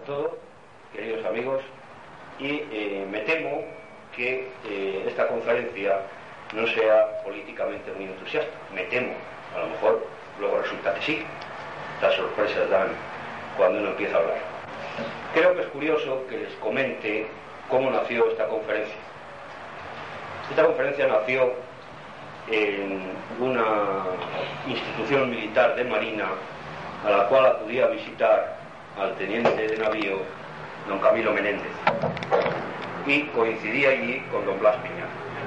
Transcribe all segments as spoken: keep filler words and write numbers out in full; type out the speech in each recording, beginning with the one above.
todos, queridos amigos, y eh, me temo que eh, esta conferencia no sea políticamente muy entusiasta. Me temo, a lo mejor luego resulta que sí. Las sorpresas dan cuando uno empieza a hablar. Creo que es curioso que les comente cómo nació esta conferencia. Esta conferencia nació en una institución militar de Marina a la cual acudí a visitar al teniente de navío don Camilo Menéndez, y coincidí allí con don Blas Piñar.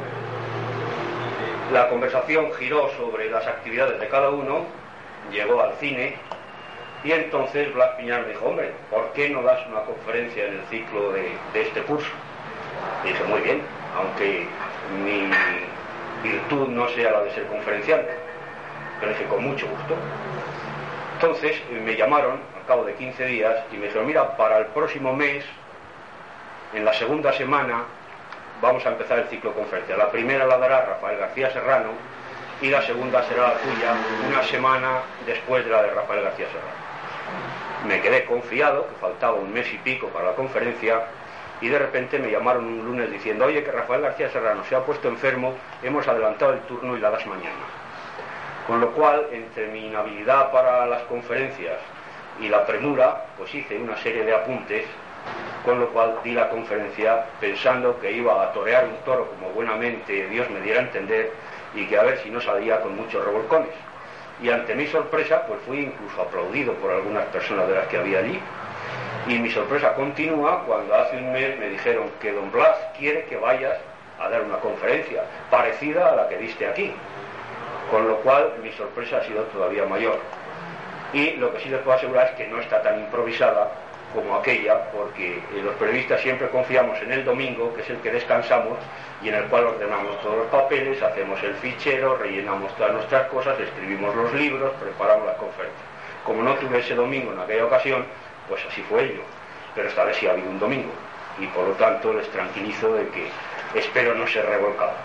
La conversación giró sobre las actividades de cada uno, llegó al cine, y entonces Blas Piñar me dijo: hombre, ¿por qué no das una conferencia en el ciclo de, de este curso? Y dije: muy bien, aunque mi virtud no sea la de ser conferenciante. Pero dije: con mucho gusto. Entonces me llamaron al cabo de quince días y me dijeron: mira, para el próximo mes, en la segunda semana, vamos a empezar el ciclo de conferencias. La primera la dará Rafael García Serrano y la segunda será la tuya una semana después de la de Rafael García Serrano. Me quedé confiado, que faltaba un mes y pico para la conferencia, y de repente me llamaron un lunes diciendo: oye, que Rafael García Serrano se ha puesto enfermo, hemos adelantado el turno y la das mañana. Con lo cual, entre mi inhabilidad para las conferencias y la premura, pues hice una serie de apuntes, con lo cual di la conferencia pensando que iba a torear un toro como buenamente Dios me diera a entender, y que a ver si no salía con muchos revolcones. Y ante mi sorpresa, pues fui incluso aplaudido por algunas personas de las que había allí. Y mi sorpresa continúa cuando hace un mes me dijeron que don Blas quiere que vayas a dar una conferencia parecida a la que diste aquí. Con lo cual mi sorpresa ha sido todavía mayor. Y lo que sí les puedo asegurar es que no está tan improvisada como aquella, porque los periodistas siempre confiamos en el domingo, que es el que descansamos, y en el cual ordenamos todos los papeles, hacemos el fichero, rellenamos todas nuestras cosas, escribimos los libros, preparamos las conferencias. Como no tuve ese domingo en aquella ocasión, pues así fue ello. Pero esta vez sí ha habido un domingo, y por lo tanto les tranquilizo de que espero no ser revolcado.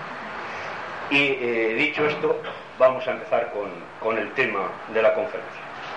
Y eh, dicho esto, vamos a empezar con, con el tema de la conferencia.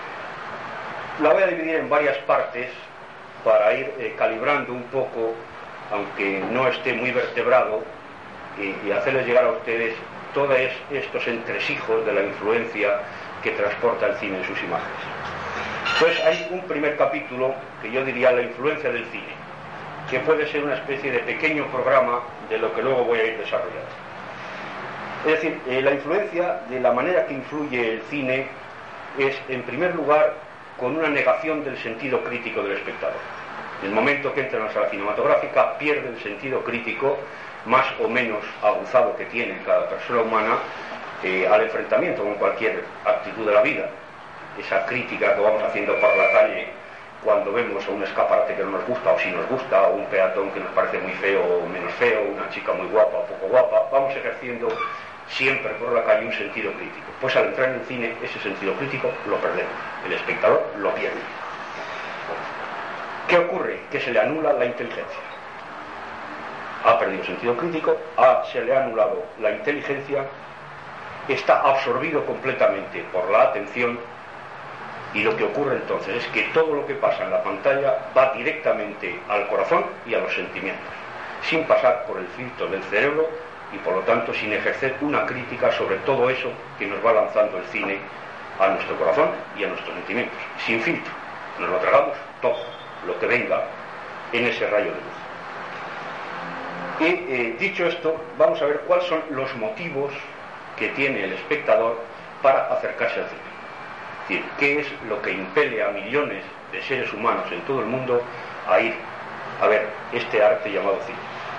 La voy a dividir en varias partes para ir eh, calibrando un poco, aunque no esté muy vertebrado, y, y hacerles llegar a ustedes todos estos entresijos de la influencia que transporta el cine en sus imágenes. Entonces hay un primer capítulo que yo diría la influencia del cine, que puede ser una especie de pequeño programa de lo que luego voy a ir desarrollando. Es decir, eh, la influencia, de la manera que influye el cine, es en primer lugar con una negación del sentido crítico del espectador. En el momento que entra en la sala cinematográfica pierde el sentido crítico más o menos aguzado que tiene cada persona humana eh, al enfrentamiento con cualquier actitud de la vida. Esa crítica que vamos haciendo por la calle cuando vemos a un escaparate que no nos gusta o si nos gusta, o un peatón que nos parece muy feo o menos feo, una chica muy guapa o poco guapa, vamos ejerciendo siempre por la calle un sentido crítico. Pues al entrar en el cine ese sentido crítico lo perdemos, el espectador lo pierde. ¿Qué ocurre? Que se le anula la inteligencia. Ha perdido el sentido crítico, ha, se le ha anulado la inteligencia, está absorbido completamente por la atención, y lo que ocurre entonces es que todo lo que pasa en la pantalla va directamente al corazón y a los sentimientos, sin pasar por el filtro del cerebro, y por lo tanto sin ejercer una crítica sobre todo eso que nos va lanzando el cine a nuestro corazón y a nuestros sentimientos, sin filtro. Nos lo tragamos todo lo que venga en ese rayo de luz. Y eh, dicho esto, vamos a ver cuáles son los motivos que tiene el espectador para acercarse al cine. Es decir, qué es lo que impele a millones de seres humanos en todo el mundo a ir a ver este arte llamado cine.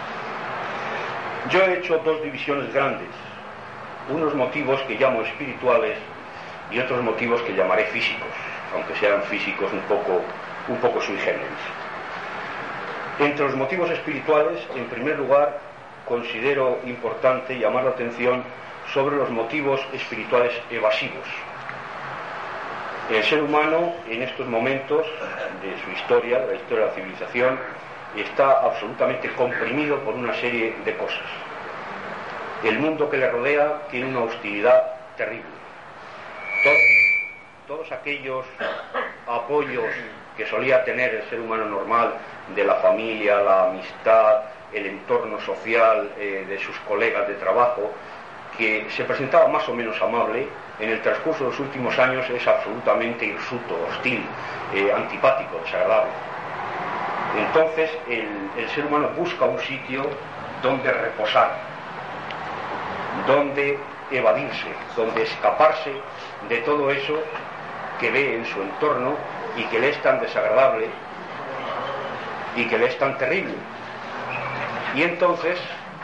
Yo he hecho dos divisiones grandes, unos motivos que llamo espirituales y otros motivos que llamaré físicos, aunque sean físicos un poco, un poco sui generis. Entre los motivos espirituales, en primer lugar, considero importante llamar la atención sobre los motivos espirituales evasivos. El ser humano, en estos momentos de su historia, de la historia de la civilización, está absolutamente comprimido por una serie de cosas. El mundo que le rodea tiene una hostilidad terrible. Todos, todos aquellos apoyos que solía tener el ser humano normal, de la familia, la amistad, el entorno social, eh, de sus colegas de trabajo, que se presentaba más o menos amable, en el transcurso de los últimos años es absolutamente hirsuto, hostil, eh, antipático, desagradable. Entonces el, el ser humano busca un sitio donde reposar, donde evadirse, donde escaparse de todo eso que ve en su entorno y que le es tan desagradable y que le es tan terrible. Y entonces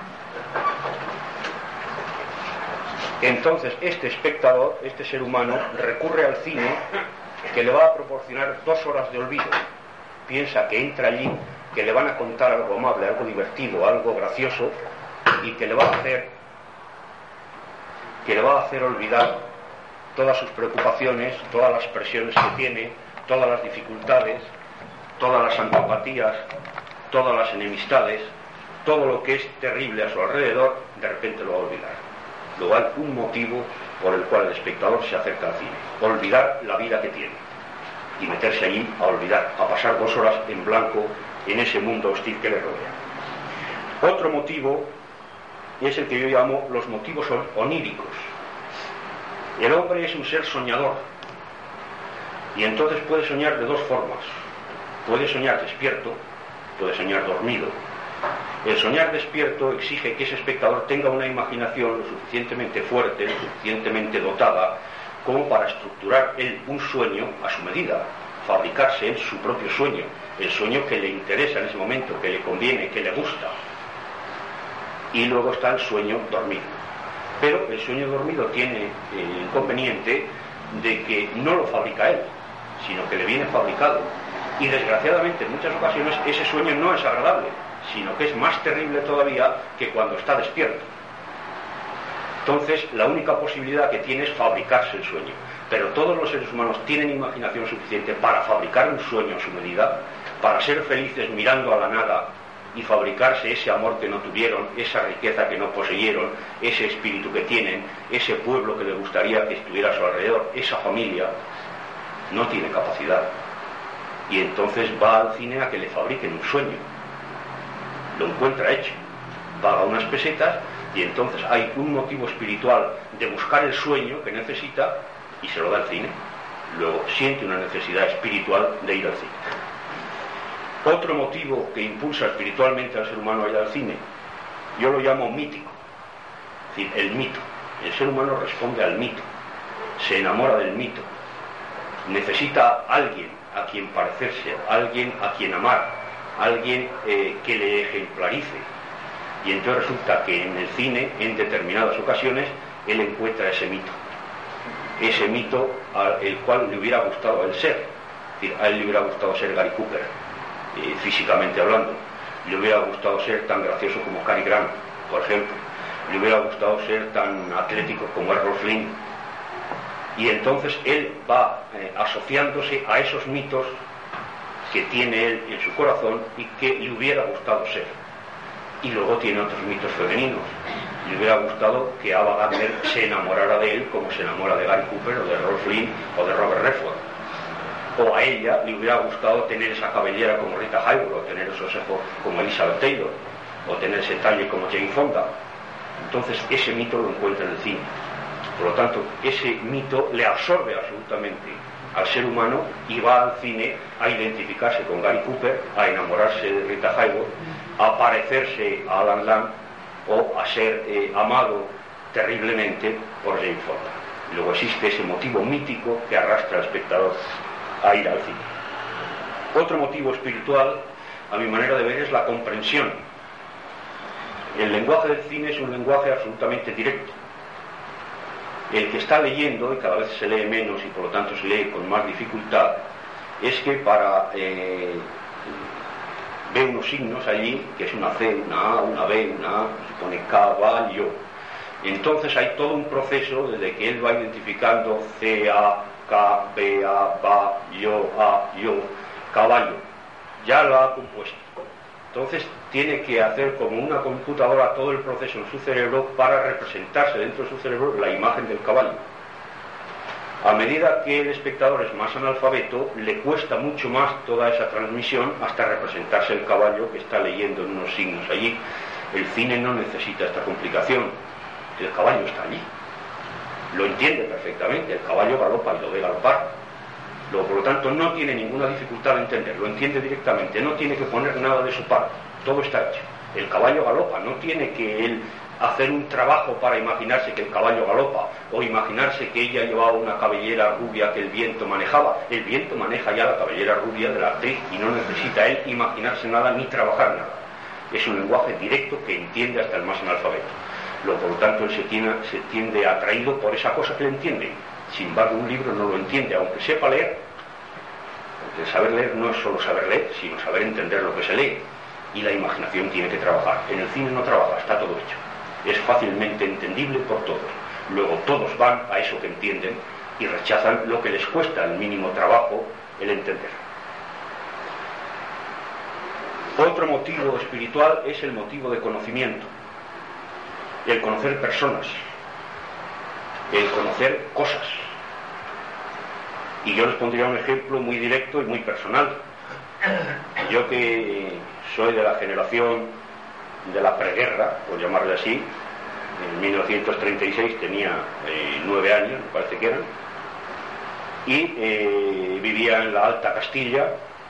entonces este espectador, este ser humano, recurre al cine, que le va a proporcionar dos horas de olvido. Piensa que entra allí, que le van a contar algo amable, algo divertido, algo gracioso, y que le va a hacer que le va a hacer olvidar todas sus preocupaciones, todas las presiones que tiene, todas las dificultades, todas las antipatías, todas las enemistades, todo lo que es terrible a su alrededor, de repente lo va a olvidar. Luego hay un motivo por el cual el espectador se acerca al cine: olvidar la vida que tiene y meterse allí a olvidar, a pasar dos horas en blanco en ese mundo hostil que le rodea. Otro motivo es el que yo llamo los motivos oníricos. El hombre es un ser soñador, y entonces puede soñar de dos formas. Puede soñar despierto, puede soñar dormido. El soñar despierto exige que ese espectador tenga una imaginación lo suficientemente fuerte, lo suficientemente dotada, como para estructurar él un sueño a su medida, fabricarse él su propio sueño, el sueño que le interesa en ese momento, que le conviene, que le gusta. Y luego está el sueño dormido. Pero el sueño dormido tiene el inconveniente de que no lo fabrica él, sino que le viene fabricado. Y desgraciadamente en muchas ocasiones ese sueño no es agradable, sino que es más terrible todavía que cuando está despierto. Entonces la única posibilidad que tiene es fabricarse el sueño. Pero todos los seres humanos tienen imaginación suficiente para fabricar un sueño a su medida, para ser felices mirando a la nada y fabricarse ese amor que no tuvieron, esa riqueza que no poseyeron, ese espíritu que tienen, ese pueblo que les gustaría que estuviera a su alrededor, esa familia. No tiene capacidad. Y entonces va al cine a que le fabriquen un sueño. Lo encuentra hecho, paga unas pesetas y entonces hay un motivo espiritual de buscar el sueño que necesita y se lo da al cine. Luego siente una necesidad espiritual de ir al cine. Otro motivo que impulsa espiritualmente al ser humano a ir al cine, yo lo llamo mítico, es decir, el mito. El ser humano responde al mito, se enamora del mito, necesita a alguien a quien parecerse, alguien a quien amar, alguien eh, que le ejemplarice. Y entonces resulta que en el cine, en determinadas ocasiones, él encuentra ese mito, ese mito al el cual le hubiera gustado a él ser. Es decir, a él le hubiera gustado ser Gary Cooper, eh, físicamente hablando. Le hubiera gustado ser tan gracioso como Cary Grant, por ejemplo. Le hubiera gustado ser tan atlético como Errol Flynn. Y entonces él va eh, asociándose a esos mitos que tiene él en su corazón y que le hubiera gustado ser. Y luego tiene otros mitos femeninos. Le hubiera gustado que Ava Gardner se enamorara de él como se enamora de Gary Cooper o de Errol Flynn o de Robert Redford. O a ella le hubiera gustado tener esa cabellera como Rita Hayworth, o tener esos ojos como Elizabeth Taylor, o tener ese talle como Jane Fonda. Entonces ese mito lo encuentra en el cine. Por lo tanto, ese mito le absorbe absolutamente al ser humano y va al cine a identificarse con Gary Cooper, a enamorarse de Rita Hayworth, a parecerse a Alan Lamb o a ser eh, amado terriblemente por Jane Fonda. Luego existe ese motivo mítico que arrastra al espectador a ir al cine. Otro motivo espiritual, a mi manera de ver, es la comprensión. El lenguaje del cine es un lenguaje absolutamente directo. El que está leyendo, y cada vez se lee menos y por lo tanto se lee con más dificultad, es que para eh, ve unos signos allí, que es una C, una A, una B, una A, se pone caballo. Entonces hay todo un proceso desde que él va identificando C, A, K, B, A, ba, yo, A, yo, caballo. Ya lo ha compuesto. Entonces tiene que hacer como una computadora todo el proceso en su cerebro para representarse dentro de su cerebro la imagen del caballo. A medida que el espectador es más analfabeto, le cuesta mucho más toda esa transmisión hasta representarse el caballo que está leyendo en unos signos allí. El cine no necesita esta complicación. El caballo está allí. Lo entiende perfectamente. El caballo galopa y lo ve galopar. Luego, por lo tanto, no tiene ninguna dificultad de entender. Lo entiende directamente. No tiene que poner nada de su parte. Todo está hecho. El caballo galopa. No tiene que él hacer un trabajo para imaginarse que el caballo galopa o imaginarse que ella llevaba una cabellera rubia que el viento manejaba. El viento maneja ya la cabellera rubia de la actriz y no necesita él imaginarse nada ni trabajar nada. Es un lenguaje directo que entiende hasta el más analfabeto. Luego, por lo tanto, él se tiende, se tiende atraído por esa cosa que le entiende. Sin embargo, un libro no lo entiende, aunque sepa leer. Porque saber leer no es solo saber leer, sino saber entender lo que se lee. Y la imaginación tiene que trabajar. En el cine no trabaja, está todo hecho. Es fácilmente entendible por todos. Luego todos van a eso que entienden y rechazan lo que les cuesta el mínimo trabajo el entender. Otro motivo espiritual es el motivo de conocimiento. El conocer personas, el conocer cosas. Y yo les pondría un ejemplo muy directo y muy personal. Yo que soy de la generación de la preguerra, por llamarle así, en mil novecientos treinta y seis tenía eh, nueve años, me parece que eran, y eh, vivía en la Alta Castilla,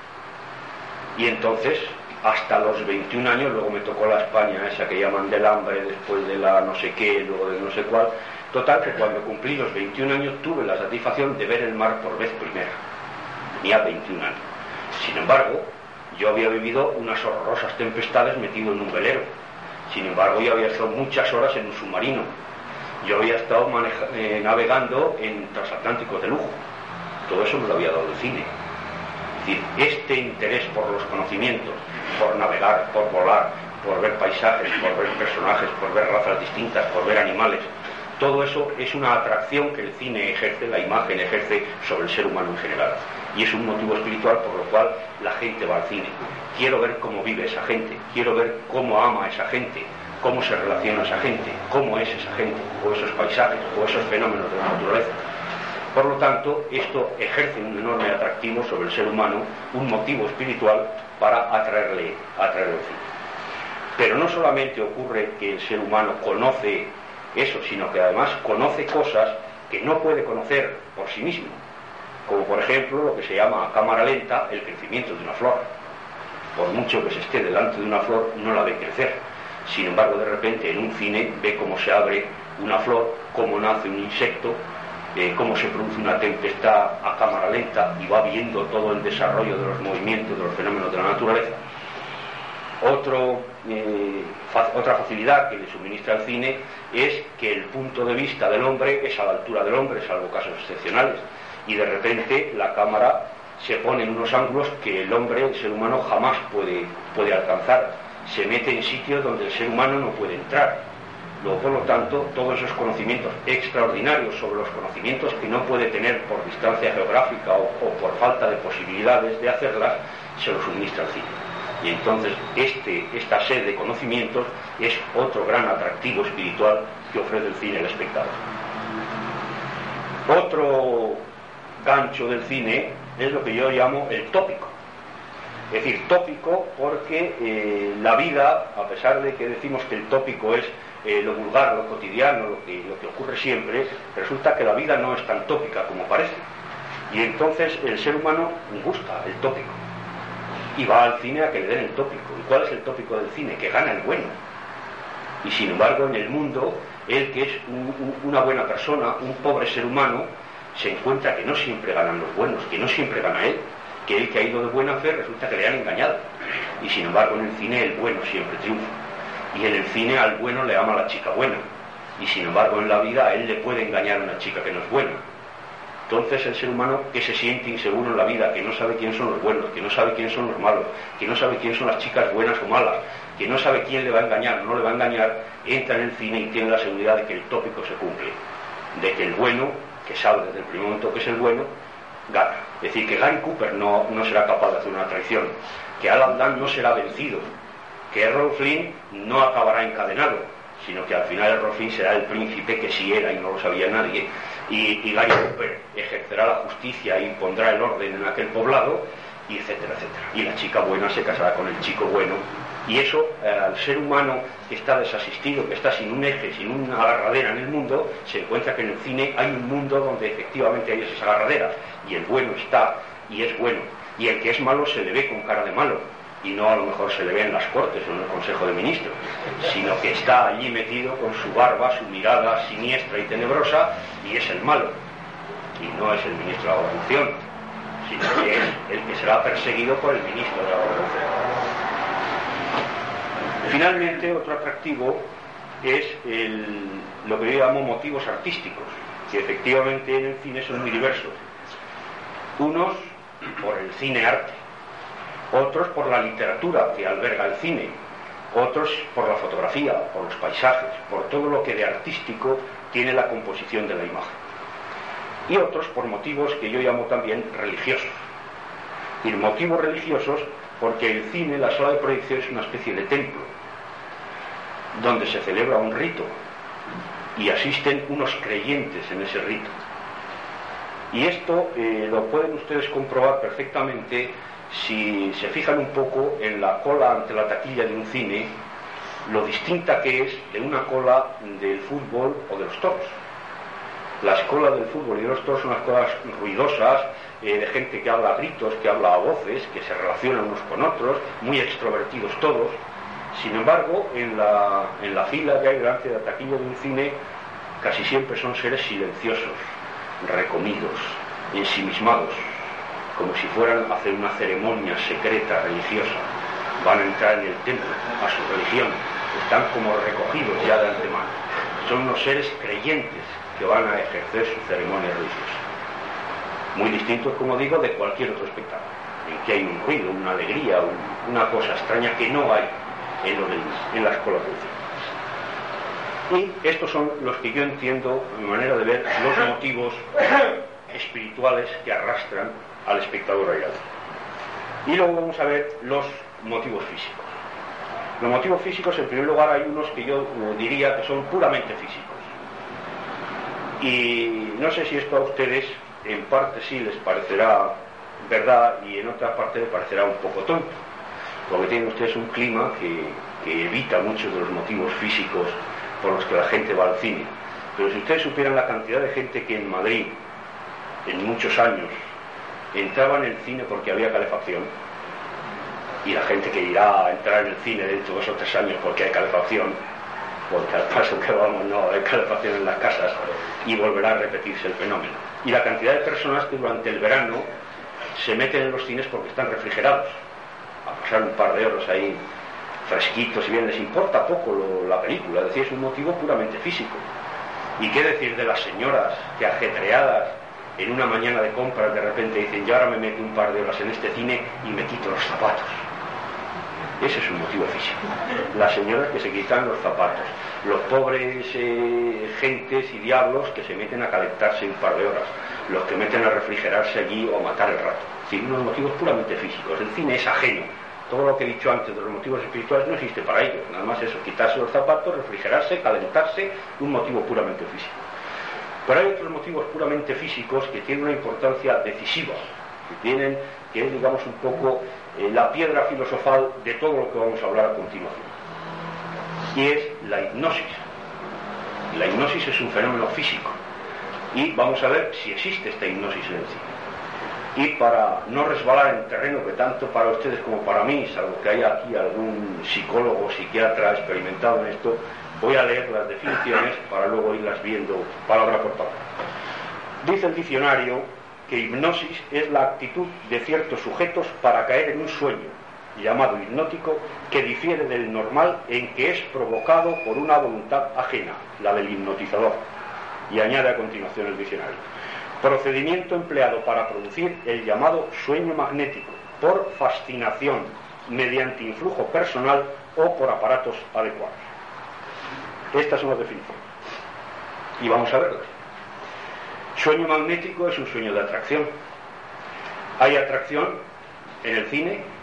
y entonces hasta los veintiún años, luego me tocó la España esa que llaman del hambre, después de la no sé qué, luego de no sé cuál. Total, que cuando cumplí los veintiún años tuve la satisfacción de ver el mar por vez primera. Tenía veintiún años. Sin embargo, yo había vivido unas horrorosas tempestades metido en un velero. Sin embargo, yo había estado muchas horas en un submarino. Yo había estado maneja- eh, navegando en transatlánticos de lujo. Todo eso me lo había dado el cine. Es decir, este interés por los conocimientos, por navegar, por volar, por ver paisajes, por ver personajes, por ver razas distintas, por ver animales, todo eso es una atracción que el cine ejerce, la imagen ejerce sobre el ser humano en general. Y es un motivo espiritual por lo cual la gente va al cine. Quiero ver cómo vive esa gente, quiero ver cómo ama esa gente, cómo se relaciona esa gente, cómo es esa gente, o esos paisajes, o esos fenómenos de la naturaleza. Por lo tanto, esto ejerce un enorme atractivo sobre el ser humano, un motivo espiritual para atraerle, atraerle al cine. Pero no solamente ocurre que el ser humano conoce eso, sino que además conoce cosas que no puede conocer por sí mismo, como por ejemplo lo que se llama a cámara lenta el crecimiento de una flor. Por mucho que se esté delante de una flor, no la ve crecer. Sin embargo, de repente en un cine ve cómo se abre una flor, cómo nace un insecto, eh, cómo se produce una tempestad a cámara lenta y va viendo todo el desarrollo de los movimientos, de los fenómenos de la naturaleza. Otro, eh, fa- otra facilidad que le suministra el cine es que el punto de vista del hombre es a la altura del hombre, salvo casos excepcionales, y de repente la cámara se pone en unos ángulos que el hombre, el ser humano, jamás puede, puede alcanzar. Se mete en sitios donde el ser humano no puede entrar. Luego, por lo tanto, todos esos conocimientos extraordinarios sobre los conocimientos que no puede tener por distancia geográfica o, o por falta de posibilidades de hacerlas, se los suministra el cine. Y entonces este, esta sed de conocimientos es otro gran atractivo espiritual que ofrece el cine al espectador. Otro gancho del cine es lo que yo llamo el tópico. Es decir, tópico porque eh, la vida, a pesar de que decimos que el tópico es eh, lo vulgar, lo cotidiano, lo que, lo que ocurre siempre, resulta que la vida no es tan tópica como parece. Y entonces el ser humano gusta el tópico. Y va al cine a que le den el tópico. ¿Y cuál es el tópico del cine? Que gana el bueno. Y sin embargo, en el mundo, él que es un, un, una buena persona, un pobre ser humano, se encuentra que no siempre ganan los buenos, que no siempre gana él, que él que ha ido de buena fe resulta que le han engañado. Y sin embargo, en el cine el bueno siempre triunfa. Y en el cine al bueno le ama la chica buena. Y sin embargo, en la vida a él le puede engañar una chica que no es buena. Entonces el ser humano que se siente inseguro en la vida, que no sabe quién son los buenos, que no sabe quién son los malos, que no sabe quién son las chicas buenas o malas, que no sabe quién le va a engañar o no le va a engañar, entra en el cine y tiene la seguridad de que el tópico se cumple, de que el bueno, que sabe desde el primer momento que es el bueno, gana. Es decir, que Gary Cooper no, no será capaz de hacer una traición, que Alan Dunn no será vencido, que Errol Flynn no acabará encadenado, sino que al final Errol Flynn será el príncipe que sí era y no lo sabía nadie, y, y Gary Cooper ejercerá la justicia e impondrá el orden en aquel poblado, y etcétera, etcétera. Y la chica buena se casará con el chico bueno, y eso, eh, al ser humano que está desasistido, que está sin un eje, sin una agarradera en el mundo, se encuentra que en el cine hay un mundo donde efectivamente hay esas agarraderas, y el bueno está, y es bueno, y el que es malo se le ve con cara de malo, y no a lo mejor se le ve en las Cortes o en el Consejo de Ministros, sino que está allí metido con su barba, su mirada siniestra y tenebrosa, y es el malo, y no es el ministro de la Gobernación, sino que es el que será perseguido por el ministro de la Gobernación. Finalmente, otro atractivo es el, lo que yo llamo motivos artísticos, que efectivamente en el cine son muy diversos. Unos por el cine arte, otros por la literatura que alberga el cine, otros por la fotografía, por los paisajes, por todo lo que de artístico tiene la composición de la imagen, y otros por motivos que yo llamo también religiosos. Y motivos religiosos porque el cine, la sala de proyección, es una especie de templo donde se celebra un rito y asisten unos creyentes en ese rito. Y esto eh, lo pueden ustedes comprobar perfectamente si se fijan un poco en la cola ante la taquilla de un cine, lo distinta que es de una cola del fútbol o de los toros. Las colas del fútbol y de los toros son unas colas ruidosas, eh, de gente que habla a gritos, que habla a voces, que se relacionan unos con otros, muy extrovertidos todos. Sin embargo, en la, en la fila que hay delante de la taquilla de un cine, casi siempre son seres silenciosos, recomidos, ensimismados, como si fueran a hacer una ceremonia secreta religiosa. Van a entrar en el templo, a su religión, están como recogidos ya de antemano. Son unos seres creyentes que van a ejercer su ceremonia religiosa. Muy distintos, como digo, de cualquier otro espectáculo, en que hay un ruido, una alegría, un, una cosa extraña que no hay en, lo del, en las colas del cine. Y estos son los que yo entiendo, a mi manera de ver, los motivos espirituales que arrastran al espectador ahí. Y luego vamos a ver los motivos físicos. Los motivos físicos, en primer lugar, hay unos que yo diría que son puramente físicos. Y no sé si esto a ustedes, en parte sí les parecerá verdad y en otra parte les parecerá un poco tonto, porque tienen ustedes un clima que, que evita muchos de los motivos físicos por los que la gente va al cine. Pero si ustedes supieran la cantidad de gente que en Madrid, en muchos años, entraba en el cine porque había calefacción, y la gente que irá a entrar en el cine dentro de dos o tres años porque hay calefacción, porque al paso que vamos no hay calefacción en las casas, y volverá a repetirse el fenómeno. Y la cantidad de personas que durante el verano se meten en los cines porque están refrigerados, a pasar un par de horas ahí fresquitos, y bien les importa poco lo, la película, es decir, es un motivo puramente físico. ¿Y qué decir de las señoras que ajetreadas en una mañana de compras de repente dicen: yo ahora me meto un par de horas en este cine y me quito los zapatos? Ese es un motivo físico. Las señoras que se quitan los zapatos, los pobres eh, gentes y diablos que se meten a calentarse un par de horas, los que meten a refrigerarse allí o a matar el rato. Es decir, unos motivos puramente físicos. El cine es ajeno. Todo lo que he dicho antes de los motivos espirituales no existe para ellos. Nada más eso, quitarse los zapatos, refrigerarse, calentarse, un motivo puramente físico. Pero hay otros motivos puramente físicos que tienen una importancia decisiva, que tienen, que es, digamos, un poco eh, la piedra filosofal de todo lo que vamos a hablar a continuación. Y es la hipnosis. La hipnosis es un fenómeno físico. Y vamos a ver si existe esta hipnosis en el cine. Y para no resbalar en terreno que tanto para ustedes como para mí, salvo que haya aquí algún psicólogo o psiquiatra experimentado en esto, voy a leer las definiciones para luego irlas viendo palabra por palabra. Dice el diccionario que hipnosis es la actitud de ciertos sujetos para caer en un sueño, llamado hipnótico, que difiere del normal en que es provocado por una voluntad ajena, la del hipnotizador. Y añade a continuación el diccionario: procedimiento empleado para producir el llamado sueño magnético, por fascinación, mediante influjo personal o por aparatos adecuados. Estas son las definiciones. Y vamos a verlas. Sueño magnético es un sueño de atracción. Hay atracción en el cine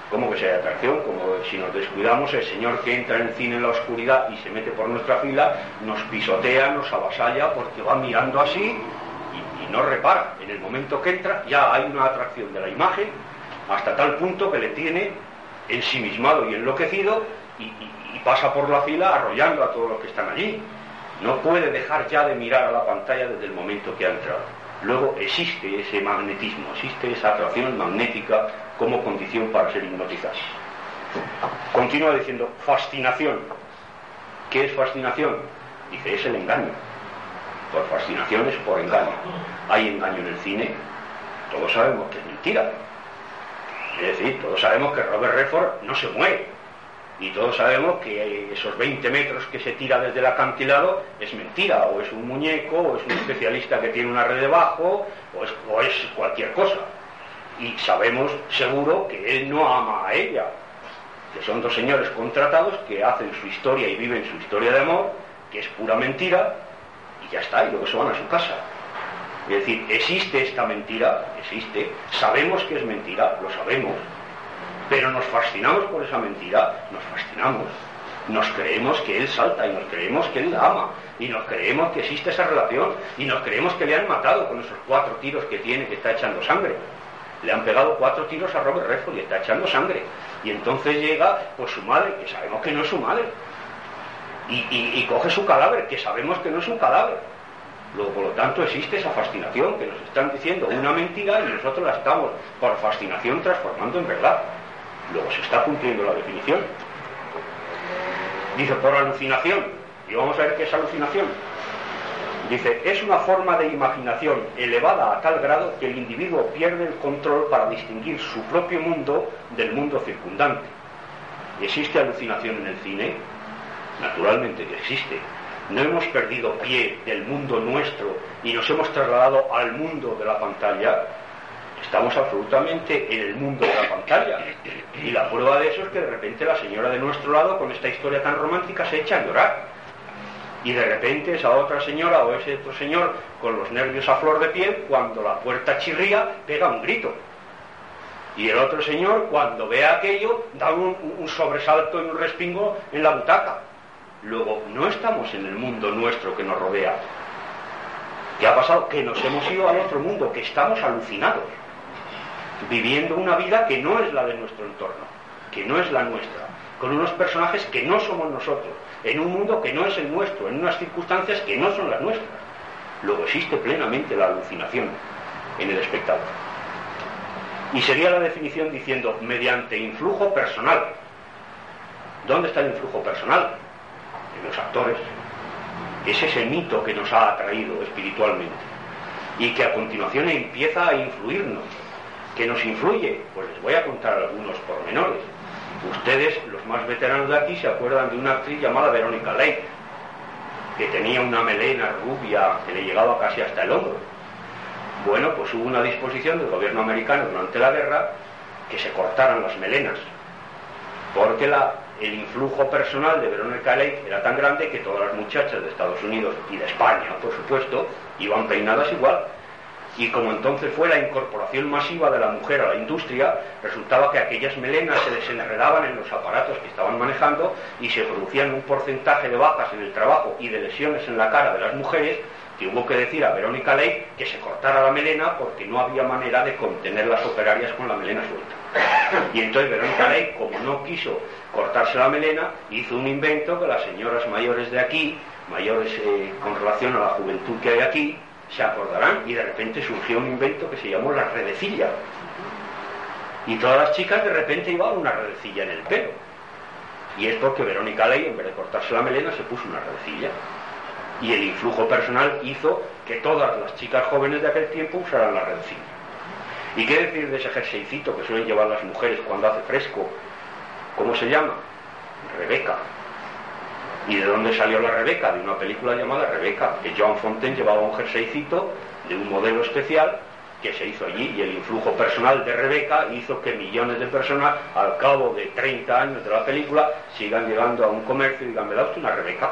¿Cómo que si hay atracción? Como si nos descuidamos, el señor que entra en el cine en la oscuridad y se mete por nuestra fila, nos pisotea, nos avasalla, porque va mirando así y, y no repara. En el momento que entra ya hay una atracción de la imagen, hasta tal punto que le tiene ensimismado y enloquecido y, y, y pasa por la fila arrollando a todos los que están allí. No puede dejar ya de mirar a la pantalla desde el momento que ha entrado. Luego existe ese magnetismo, existe esa atracción magnética como condición para ser hipnotizado. Continúa diciendo, fascinación. ¿Qué es fascinación? Dice, es el engaño. Por fascinación es por engaño. Hay engaño en el cine, todos sabemos que es mentira. Es decir, todos sabemos que Robert Redford no se muere. Y todos sabemos que esos veinte metros que se tira desde el acantilado es mentira, o es un muñeco, o es un especialista que tiene una red debajo, o es, o es cualquier cosa. Y sabemos seguro que él no ama a ella, que son dos señores contratados que hacen su historia y viven su historia de amor, que es pura mentira, y ya está, y luego se van a su casa. Es decir, existe esta mentira, existe, sabemos que es mentira, lo sabemos, pero nos fascinamos por esa mentira, nos fascinamos, nos creemos que él salta y nos creemos que él la ama y nos creemos que existe esa relación y nos creemos que le han matado con esos cuatro tiros que tiene, que está echando sangre. Le han pegado cuatro tiros a Robert Redford y está echando sangre, y entonces llega pues su madre, que sabemos que no es su madre, y, y, y coge su cadáver, que sabemos que no es un cadáver. Luego, por lo tanto, existe esa fascinación que nos están diciendo una mentira y nosotros la estamos por fascinación transformando en verdad. Luego se está cumpliendo la definición. Dice, por alucinación. Y vamos a ver qué es alucinación. Dice, es una forma de imaginación elevada a tal grado que el individuo pierde el control para distinguir su propio mundo del mundo circundante. ¿Existe alucinación en el cine? Naturalmente que existe. No hemos perdido pie del mundo nuestro y nos hemos trasladado al mundo de la pantalla. Estamos absolutamente en el mundo de la pantalla. Y la prueba de eso es que de repente la señora de nuestro lado, con esta historia tan romántica, se echa a llorar. Y de repente esa otra señora o ese otro señor, con los nervios a flor de piel, cuando la puerta chirría, pega un grito. Y el otro señor, cuando ve aquello, da un, un sobresalto y un respingo en la butaca. Luego, no estamos en el mundo nuestro que nos rodea. ¿Qué ha pasado? Que nos hemos ido al otro mundo, que estamos alucinados, viviendo una vida que no es la de nuestro entorno, que no es la nuestra, con unos personajes que no somos nosotros, en un mundo que no es el nuestro, en unas circunstancias que no son las nuestras. Luego existe plenamente la alucinación en el espectador. Y sería la definición diciendo, mediante influjo personal. ¿Dónde está el influjo personal? En los actores. Es ese mito que nos ha atraído espiritualmente y que a continuación empieza a influirnos. ¿Qué nos influye? Pues les voy a contar algunos pormenores. Ustedes, los más veteranos de aquí, se acuerdan de una actriz llamada Verónica Lake, que tenía una melena rubia que le llegaba casi hasta el hombro. Bueno, pues hubo una disposición del gobierno americano durante la guerra que se cortaran las melenas, porque la, el influjo personal de Verónica Lake era tan grande que todas las muchachas de Estados Unidos y de España, por supuesto, iban peinadas igual. Y como entonces fue la incorporación masiva de la mujer a la industria, resultaba que aquellas melenas se desenredaban en los aparatos que estaban manejando y se producían un porcentaje de bajas en el trabajo y de lesiones en la cara de las mujeres, que hubo que decir a Verónica Lake que se cortara la melena porque no había manera de contener las operarias con la melena suelta. Y entonces Verónica Lake, como no quiso cortarse la melena, hizo un invento que las señoras mayores de aquí, mayores eh, con relación a la juventud que hay aquí, se acordarán, y de repente surgió un invento que se llamó la redecilla. Y todas las chicas de repente llevaban una redecilla en el pelo. Y es porque Verónica Lake, en vez de cortarse la melena, se puso una redecilla. Y el influjo personal hizo que todas las chicas jóvenes de aquel tiempo usaran la redecilla. ¿Y qué decir de ese jerseycito que suelen llevar las mujeres cuando hace fresco? ¿Cómo se llama? Rebeca. ¿Y de dónde salió la Rebeca? De una película llamada Rebeca, que Joan Fontaine llevaba un jerseycito de un modelo especial que se hizo allí, y el influjo personal de Rebeca hizo que millones de personas, al cabo de treinta años de la película, sigan llegando a un comercio y digan, ¿me da usted una Rebeca?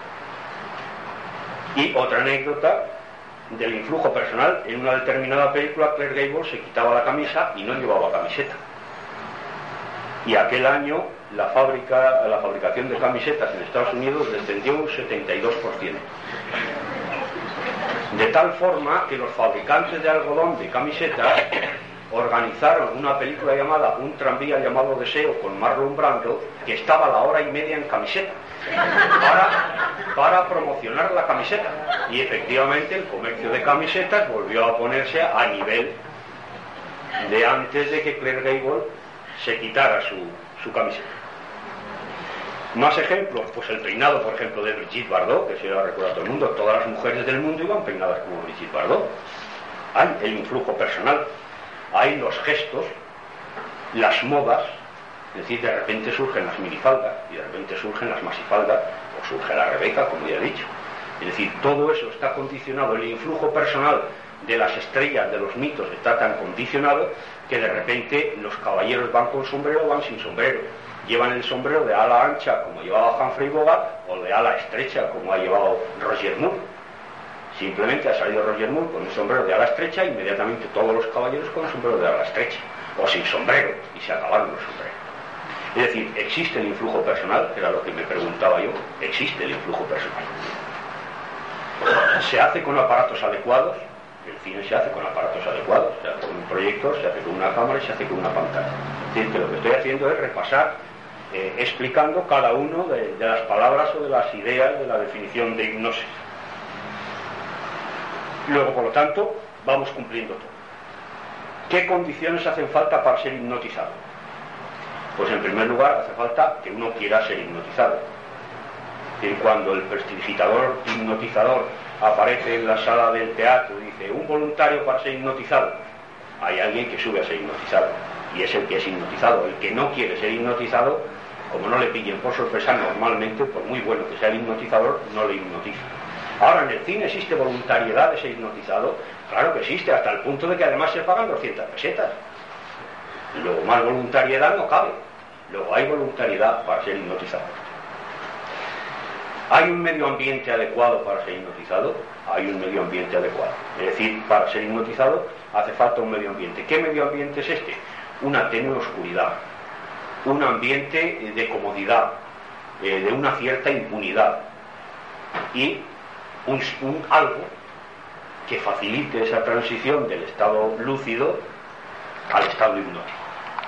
Y otra anécdota del influjo personal: en una determinada película Claire Gable se quitaba la camisa y no llevaba camiseta. Y aquel año la fábrica, la fabricación de camisetas en Estados Unidos descendió un setenta y dos por ciento. De tal forma que los fabricantes de algodón de camisetas organizaron una película llamada Un tranvía llamado Deseo con Marlon Brando, que estaba a la hora y media en camiseta, para, para promocionar la camiseta. Y efectivamente el comercio de camisetas volvió a ponerse a nivel de antes de que Clark Gable se quitara su, su camiseta. Más ejemplos, pues el peinado, por ejemplo, de Brigitte Bardot, que se lo recuerda a todo el mundo. Todas las mujeres del mundo iban peinadas como Brigitte Bardot. Hay el influjo personal, hay los gestos, las modas. Es decir, de repente surgen las minifaldas y de repente surgen las maxifaldas, o surge la Rebeca, como ya he dicho. Es decir, todo eso está condicionado. El influjo personal de las estrellas, de los mitos, está tan condicionado que de repente los caballeros van con sombrero o van sin sombrero. Llevan el sombrero de ala ancha, como llevaba Humphrey Bogart, o de ala estrecha, como ha llevado Roger Moore. Simplemente ha salido Roger Moore con un sombrero de ala estrecha, e inmediatamente todos los caballeros con un sombrero de ala estrecha, o sin sombrero, y se acabaron los sombreros. Es decir, existe el influjo personal, que era lo que me preguntaba yo, existe el influjo personal. Se hace con aparatos adecuados. El cine se hace con aparatos adecuados, se hace con un proyector, se hace con una cámara y se hace con una pantalla. Es decir, que lo que estoy haciendo es repasar, eh, explicando cada uno de, de las palabras o de las ideas de la definición de hipnosis. Luego, por lo tanto, vamos cumpliendo todo. ¿Qué condiciones hacen falta para ser hipnotizado? Pues en primer lugar hace falta que uno quiera ser hipnotizado. Es decir, cuando el prestidigitador hipnotizador aparece en la sala del teatro y dice un voluntario para ser hipnotizado, hay alguien que sube a ser hipnotizado y es el que es hipnotizado. El que no quiere ser hipnotizado, como no le pillen por sorpresa, normalmente, por muy bueno que sea el hipnotizador, no le hipnotiza. Ahora, en el cine existe voluntariedad de ser hipnotizado. Claro que existe, hasta el punto de que además se pagan doscientas pesetas. Luego, más voluntariedad no cabe. Luego hay voluntariedad para ser hipnotizado. ¿Hay un medio ambiente adecuado para ser hipnotizado? Hay un medio ambiente adecuado. Es decir, para ser hipnotizado hace falta un medio ambiente. ¿Qué medio ambiente es este? Una tenue oscuridad, un ambiente de comodidad, eh, de una cierta impunidad y un, un algo que facilite esa transición del estado lúcido al estado hipnótico.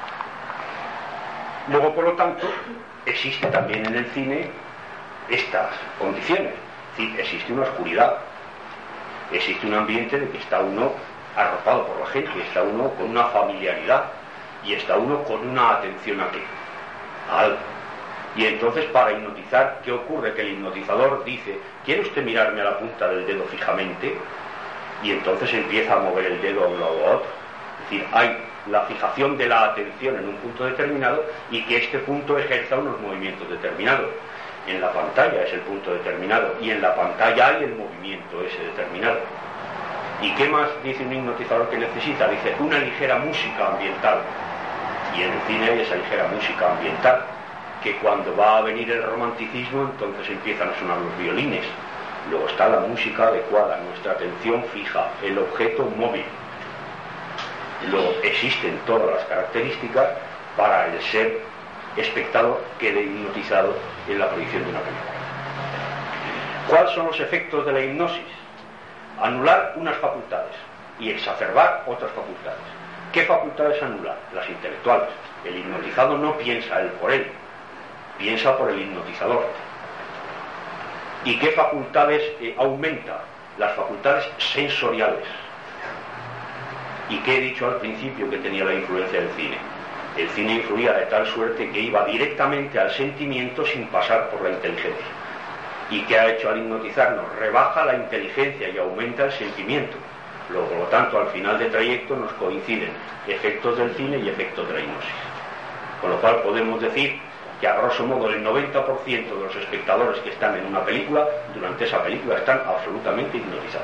Luego, por lo tanto, existe también en el cine estas condiciones. Es decir, existe una oscuridad, existe un ambiente de que está uno arropado por la gente, está uno con una familiaridad y está uno con una atención a qué, a algo. Y entonces, para hipnotizar, ¿qué ocurre? Que el hipnotizador dice: ¿quiere usted mirarme a la punta del dedo fijamente? Y entonces empieza a mover el dedo a un lado o a otro. Es decir, hay la fijación de la atención en un punto determinado y que este punto ejerza unos movimientos determinados. En la pantalla es el punto determinado y en la pantalla hay el movimiento ese determinado. ¿Y qué más dice un hipnotizador que necesita? Dice una ligera música ambiental. Y en el cine hay esa ligera música ambiental, que cuando va a venir el romanticismo, entonces empiezan a sonar los violines. Luego está la música adecuada, nuestra atención fija, el objeto móvil. Luego existen todas las características para el ser espectador quede hipnotizado en la proyección de una película. ¿Cuáles son los efectos de la hipnosis? Anular unas facultades y exacerbar otras facultades. ¿Qué facultades anular? Las intelectuales. El hipnotizado no piensa él por él, piensa por el hipnotizador. ¿Y qué facultades eh, aumenta? Las facultades sensoriales. ¿Y qué he dicho al principio que tenía la influencia del cine? El cine influía de tal suerte que iba directamente al sentimiento sin pasar por la inteligencia. ¿Y qué ha hecho al hipnotizarnos? Rebaja la inteligencia y aumenta el sentimiento. Luego, por lo tanto, al final del trayecto nos coinciden efectos del cine y efectos de la hipnosis. Con lo cual podemos decir que a grosso modo el noventa por ciento de los espectadores que están en una película, durante esa película están absolutamente hipnotizados.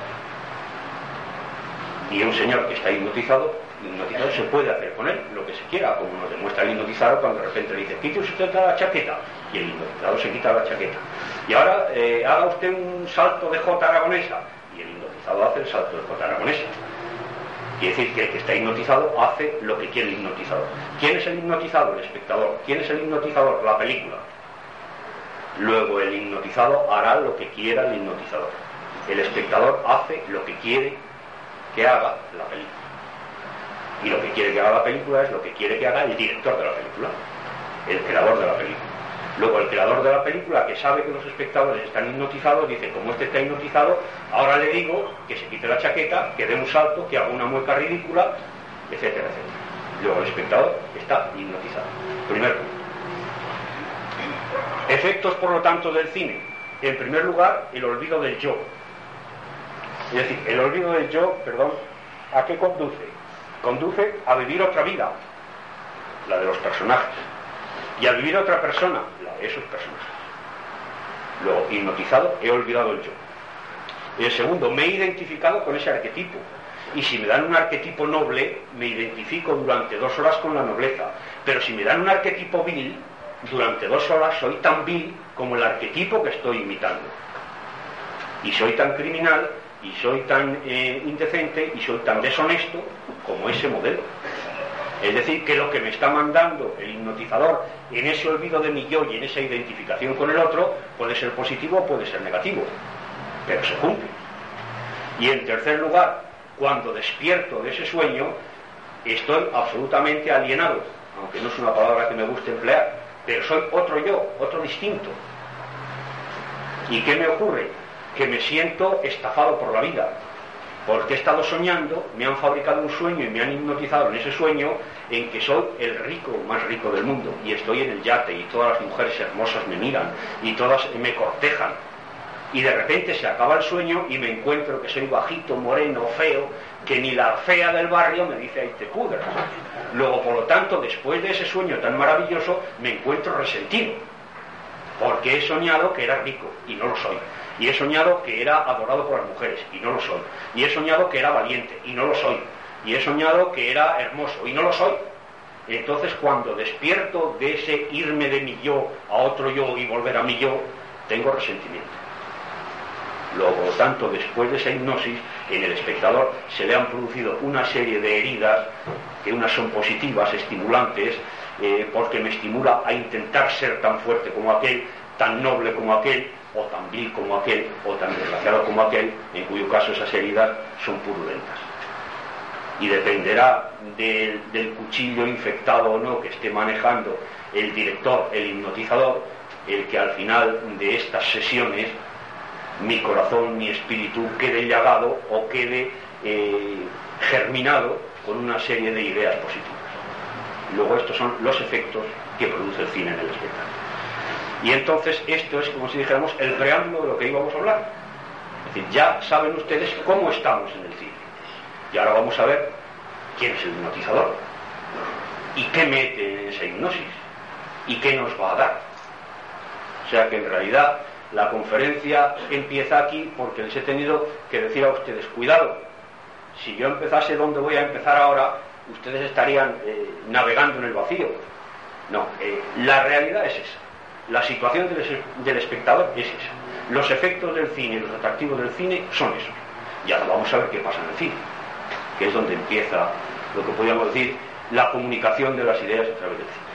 Y un señor que está hipnotizado, hipnotizado se puede hacer con él lo que se quiera, como nos demuestra el hipnotizador cuando de repente le dice: quite usted la chaqueta, y el hipnotizador se quita la chaqueta. Y ahora eh, haga usted un salto de jota aragonesa, y el hipnotizado hace el salto de jota aragonesa. Quiere decir que el que está hipnotizado hace lo que quiere el hipnotizador. ¿Quién es el hipnotizado? El espectador. ¿Quién es el hipnotizador? La película. Luego el hipnotizado hará lo que quiera el hipnotizador. El espectador hace lo que quiere que haga la película. Y lo que quiere que haga la película es lo que quiere que haga el director de la película, el creador de la película. Luego el creador de la película, que sabe que los espectadores están hipnotizados, dice: como este está hipnotizado, ahora le digo que se quite la chaqueta, que dé un salto, que haga una mueca ridícula, etcétera, etcétera. Luego el espectador está hipnotizado. Primer punto. Efectos, por lo tanto, del cine. En primer lugar, el olvido del yo. Es decir, el olvido del yo, perdón, ¿a qué conduce? Conduce a vivir otra vida, la de los personajes, y a vivir otra persona, la de esos personajes. Luego, hipnotizado, he olvidado el yo. Y el segundo, me he identificado con ese arquetipo. Y si me dan un arquetipo noble, me identifico durante dos horas con la nobleza. Pero si me dan un arquetipo vil, durante dos horas soy tan vil como el arquetipo que estoy imitando. Y soy tan criminal, y soy tan eh, indecente, y soy tan deshonesto como ese modelo. Es decir, que lo que me está mandando el hipnotizador en ese olvido de mi yo y en esa identificación con el otro puede ser positivo o puede ser negativo, pero se cumple. Y en tercer lugar, cuando despierto de ese sueño, estoy absolutamente alienado, aunque no es una palabra que me guste emplear, pero soy otro yo, otro distinto. ¿Y qué me ocurre? Que me siento estafado por la vida, porque he estado soñando, me han fabricado un sueño y me han hipnotizado en ese sueño en que soy el rico más rico del mundo, y estoy en el yate y todas las mujeres hermosas me miran y todas me cortejan, y de repente se acaba el sueño y me encuentro que soy bajito, moreno, feo, que ni la fea del barrio me dice: ahí te pudras. Luego, por lo tanto, después de ese sueño tan maravilloso, me encuentro resentido, porque he soñado que era rico y no lo soy. Y he soñado que era adorado por las mujeres, y no lo soy. Y he soñado que era valiente, y no lo soy. Y he soñado que era hermoso, y no lo soy. Entonces, cuando despierto de ese irme de mi yo a otro yo y volver a mi yo, tengo resentimiento. Luego, por lo tanto, después de esa hipnosis, en el espectador se le han producido una serie de heridas, que unas son positivas, estimulantes, eh, porque me estimula a intentar ser tan fuerte como aquel, tan noble como aquel, o tan vil como aquel, o tan desgraciado como aquel, en cuyo caso esas heridas son purulentas. Y dependerá del, del cuchillo infectado o no que esté manejando el director, el hipnotizador, el que al final de estas sesiones mi corazón, mi espíritu quede llagado o quede eh, germinado con una serie de ideas positivas. Luego estos son los efectos que produce el cine en el espectáculo. Y entonces esto es, como si dijéramos, el preámbulo de lo que íbamos a hablar. Es decir, ya saben ustedes cómo estamos en el cine. Y ahora vamos a ver quién es el hipnotizador y qué mete en esa hipnosis y qué nos va a dar. O sea que en realidad la conferencia empieza aquí porque les he tenido que decir a ustedes: cuidado, si yo empezase donde voy a empezar ahora, ustedes estarían eh, navegando en el vacío. No, eh, la realidad es esa. La situación del, del espectador es esa. Los efectos del cine y los atractivos del cine son esos. Y ahora vamos a ver qué pasa en el cine, que es donde empieza lo que podríamos decir la comunicación de las ideas a través del cine.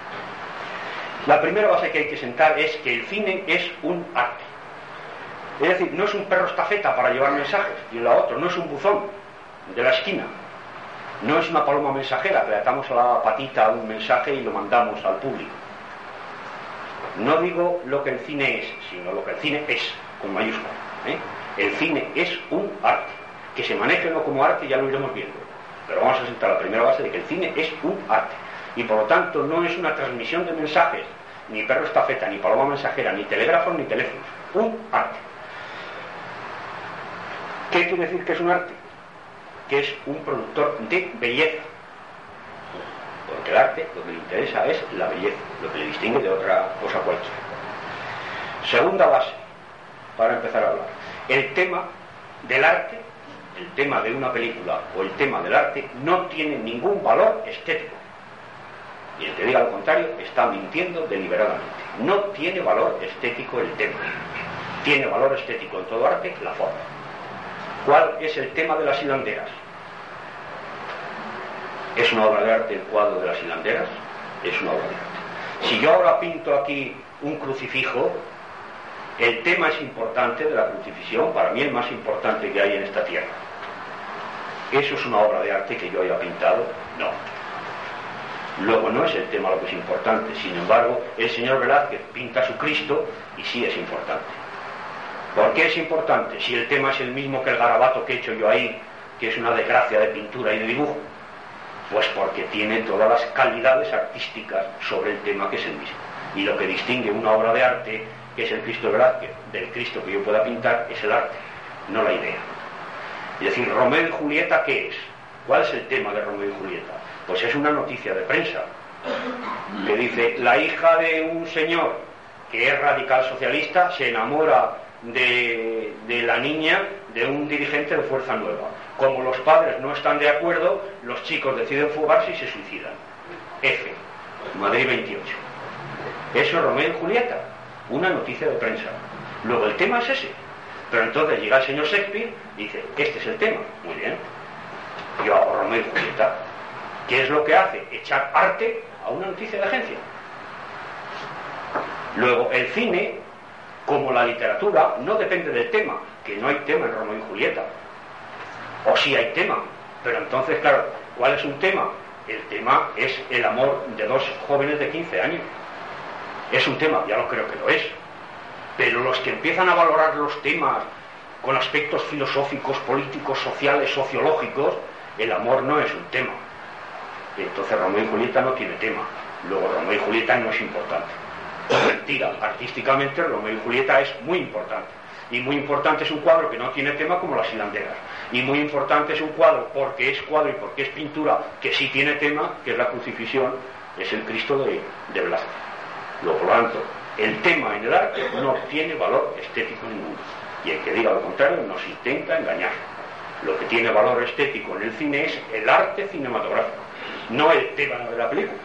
La primera base que hay que sentar es que el cine es un arte. Es decir, no es un perro estafeta para llevar mensajes y la otra, no es un buzón de la esquina, no es una paloma mensajera que le atamos a la patita un mensaje y lo mandamos al público. No digo lo que el cine es, sino lo que el cine es, con mayúscula, ¿eh? El cine es un arte. Que se maneje o no como arte ya lo iremos viendo, pero vamos a sentar la primera base de que el cine es un arte. Y por lo tanto no es una transmisión de mensajes, ni perro estafeta, ni paloma mensajera, ni telégrafos, ni teléfonos. Un arte. ¿Qué quiere decir que es un arte? Que es un productor de belleza. Porque el arte lo que le interesa es la belleza, lo que le distingue de otra cosa cualquiera. Segunda base, para empezar a hablar. El tema del arte, el tema de una película o el tema del arte no tiene ningún valor estético. Y el que diga lo contrario está mintiendo deliberadamente. No tiene valor estético el tema. Tiene valor estético en todo arte la forma. ¿Cuál es el tema de las hilanderas? ¿Es una obra de arte el cuadro de las hilanderas? Es una obra de arte. Si yo ahora pinto aquí un crucifijo, el tema es importante de la crucifixión, para mí el más importante que hay en esta tierra. ¿Eso es una obra de arte que yo haya pintado? No. Luego no es el tema lo que es importante. Sin embargo, el señor Velázquez pinta a su Cristo y sí es importante. ¿Por qué es importante? Si el tema es el mismo que el garabato que he hecho yo ahí, que es una desgracia de pintura y de dibujo. Pues porque tiene todas las calidades artísticas sobre el tema que es el mismo. Y lo que distingue una obra de arte, que es el Cristo de Velázquez, del Cristo que yo pueda pintar, es el arte, no la idea. Es decir, Romeo y Julieta, ¿qué es? ¿Cuál es el tema de Romeo y Julieta? Pues es una noticia de prensa que dice: la hija de un señor que es radical socialista se enamora de, de la niña de un dirigente de Fuerza Nueva. Como los padres no están de acuerdo, los chicos deciden fugarse y se suicidan. F. Madrid veintiocho. Eso es Romeo y Julieta, una noticia de prensa. Luego el tema es ese. Pero entonces llega el señor Shakespeare y dice: este es el tema. Muy bien. Yo hago Romeo y Julieta. ¿Qué es lo que hace? Echar arte a una noticia de agencia. Luego el cine, como la literatura, no depende del tema, que no hay tema en Romeo y Julieta. O sí hay tema, pero entonces, claro, ¿cuál es un tema? El tema es el amor de dos jóvenes de quince años. Es un tema, ya lo creo que lo es. Pero los que empiezan a valorar los temas con aspectos filosóficos, políticos, sociales, sociológicos, el amor no es un tema. Entonces Romeo y Julieta no tiene tema. Luego Romeo y Julieta no es importante. Mentira, artísticamente Romeo y Julieta es muy importante. Y muy importante es un cuadro que no tiene tema, como las hilanderas. Y muy importante es un cuadro porque es cuadro y porque es pintura que sí tiene tema, que es la crucifixión, es el Cristo de, de Velázquez. Luego, por lo tanto, el tema en el arte no tiene valor estético ninguno. Y el que diga lo contrario nos intenta engañar. Lo que tiene valor estético en el cine es el arte cinematográfico, no el tema de la película.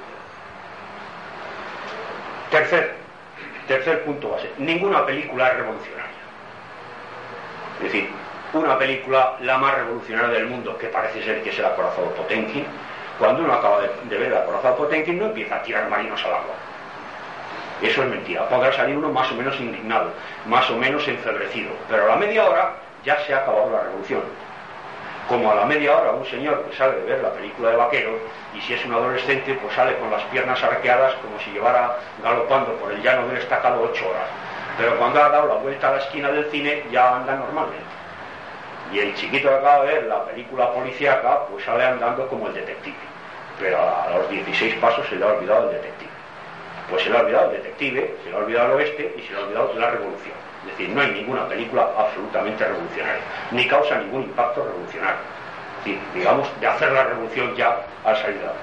Tercer, tercer punto base: ninguna película es revolucionaria. Es decir, una película, la más revolucionaria del mundo, que parece ser que es el acorazado Potemkin, cuando uno acaba de, de ver el acorazado Potemkin no empieza a tirar marinos al agua. Eso es mentira. Podrá salir uno más o menos indignado, más o menos enfebrecido, pero a la media hora ya se ha acabado la revolución. Como a la media hora un señor que sale de ver la película de vaqueros, y si es un adolescente pues sale con las piernas arqueadas como si llevara galopando por el llano del estacado ocho horas. Pero cuando ha dado la vuelta a la esquina del cine ya anda normalmente. Y el chiquito que acaba de ver la película policíaca pues sale andando como el detective. Pero a los dieciséis pasos se le ha olvidado el detective. Pues se le ha olvidado el detective, se le ha olvidado el oeste y se le ha olvidado la revolución. Es decir, no hay ninguna película absolutamente revolucionaria, ni causa ningún impacto revolucionario. Es decir, digamos, de hacer la revolución ya al salir de la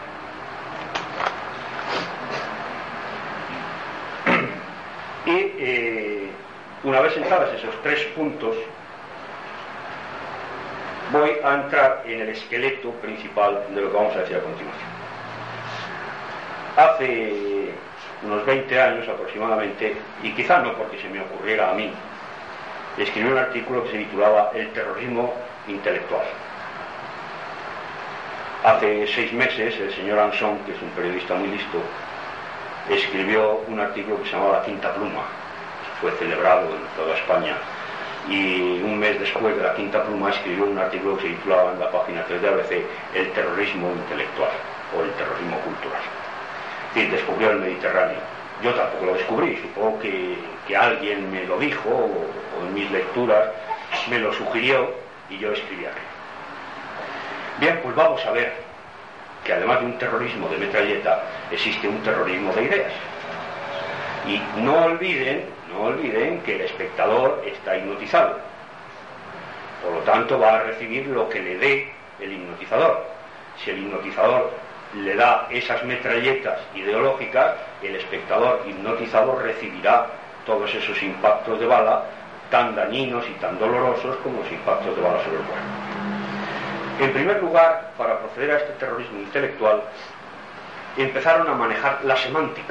Y eh, una vez entradas esos tres puntos, voy a entrar en el esqueleto principal de lo que vamos a decir a continuación. Hace unos veinte años aproximadamente, y quizá no porque se me ocurriera a mí, escribí un artículo que se titulaba El terrorismo intelectual. Hace seis meses el señor Anson, que es un periodista muy listo, escribió un artículo que se llamaba La Quinta Pluma. Fue celebrado en toda España, y un mes después de La Quinta Pluma escribió un artículo que se titulaba en la página tres de A B C El terrorismo intelectual o el terrorismo cultural. Es decir, descubrió el Mediterráneo. Yo tampoco lo descubrí, supongo que, que alguien me lo dijo o, o en mis lecturas me lo sugirió y yo escribí aquello. Bien, pues vamos a ver que además de un terrorismo de metralleta existe un terrorismo de ideas. Y no olviden, no olviden que el espectador está hipnotizado. Por lo tanto va a recibir lo que le dé el hipnotizador. Si el hipnotizador le da esas metralletas ideológicas, el espectador hipnotizado recibirá todos esos impactos de bala tan dañinos y tan dolorosos como los impactos de bala sobre el cuerpo. En primer lugar, para proceder a este terrorismo intelectual, empezaron a manejar la semántica.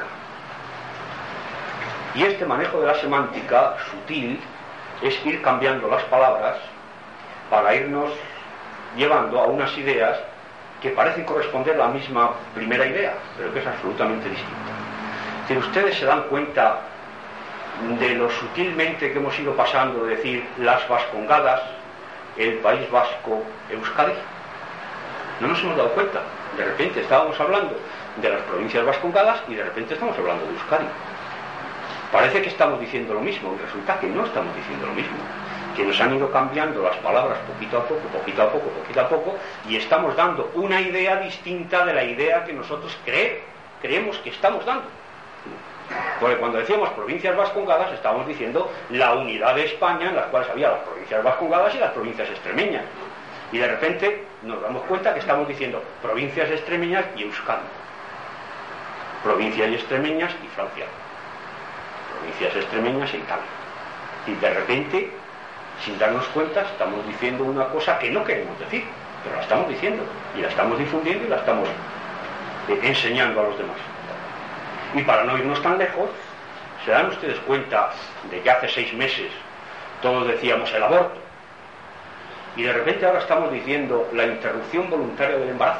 Y este manejo de la semántica sutil es ir cambiando las palabras para irnos llevando a unas ideas que parecen corresponder a la misma primera idea, pero que es absolutamente distinta. Si ustedes se dan cuenta de lo sutilmente que hemos ido pasando de decir las vascongadas, el País Vasco, Euskadi, no nos hemos dado cuenta. De repente estábamos hablando de las provincias vascongadas y de repente estamos hablando de Euskadi. Parece que estamos diciendo lo mismo y resulta que no estamos diciendo lo mismo, que nos han ido cambiando las palabras poquito a poco, poquito a poco, poquito a poco, y estamos dando una idea distinta de la idea que nosotros cre- creemos que estamos dando. Porque cuando decíamos provincias vascongadas estábamos diciendo la unidad de España, en las cuales había las provincias vascongadas y las provincias extremeñas, y de repente nos damos cuenta que estamos diciendo provincias extremeñas y Euskadi, provincias extremeñas y Francia, provincias extremeñas e Italia, y de repente, sin darnos cuenta, estamos diciendo una cosa que no queremos decir, pero la estamos diciendo y la estamos difundiendo y la estamos eh, enseñando a los demás. Y para no irnos tan lejos, se dan ustedes cuenta de que hace seis meses todos decíamos el aborto y de repente ahora estamos diciendo la interrupción voluntaria del embarazo,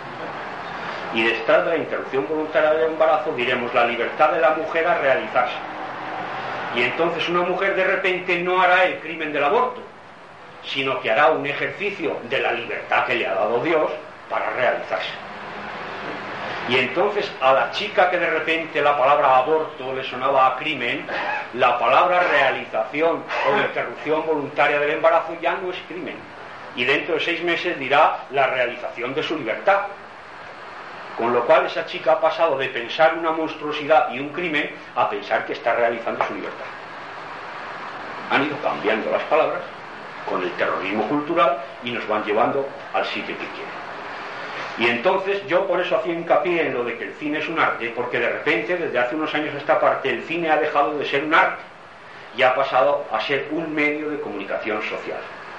y detrás de la interrupción voluntaria del embarazo diremos la libertad de la mujer a realizarse. Y entonces una mujer de repente no hará el crimen del aborto, sino que hará un ejercicio de la libertad que le ha dado Dios para realizarse. Y entonces a la chica que de repente la palabra aborto le sonaba a crimen, la palabra realización o interrupción voluntaria del embarazo ya no es crimen. Y dentro de seis meses dirá la realización de su libertad. Con lo cual esa chica ha pasado de pensar una monstruosidad y un crimen a pensar que está realizando su libertad. Han ido cambiando las palabras con el terrorismo cultural y nos van llevando al sitio que quieren. Y entonces yo por eso hacía hincapié en lo de que el cine es un arte, porque de repente desde hace unos años a esta parte el cine ha dejado de ser un arte y ha pasado a ser un medio de comunicación social.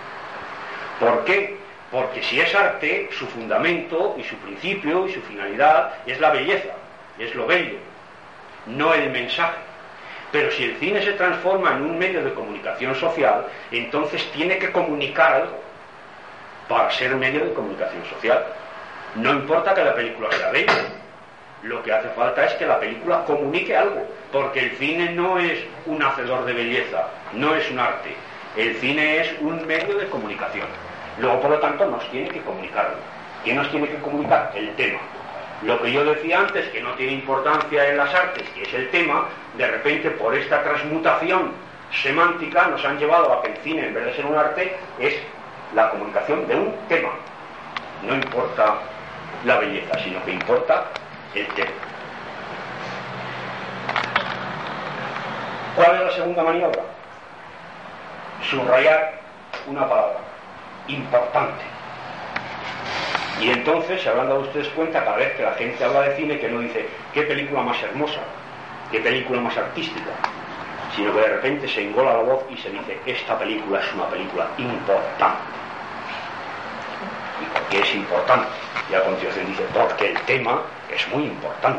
¿Por qué? Porque si es arte, su fundamento y su principio y su finalidad es la belleza, es lo bello, no el mensaje. Pero si el cine se transforma en un medio de comunicación social, entonces tiene que comunicar algo para ser medio de comunicación social. No importa que la película sea bella, lo que hace falta es que la película comunique algo, porque el cine no es un hacedor de belleza, no es un arte, el cine es un medio de comunicación. Luego, por lo tanto, nos tiene que comunicar algo. ¿Qué nos tiene que comunicar? El tema. Lo que yo decía antes, que no tiene importancia en las artes, que es el tema, de repente por esta transmutación semántica nos han llevado a que el cine, en vez de ser un arte, es la comunicación de un tema. No importa la belleza, sino que importa el tema. ¿Cuál es la segunda maniobra? Subrayar una palabra. Importante. Y entonces se habrán dado ustedes cuenta cada vez que la gente habla de cine que no dice qué película más hermosa, qué película más artística, sino que de repente se engola la voz y se dice esta película es una película importante. ¿Y por qué es importante? Y a continuación dice porque el tema es muy importante.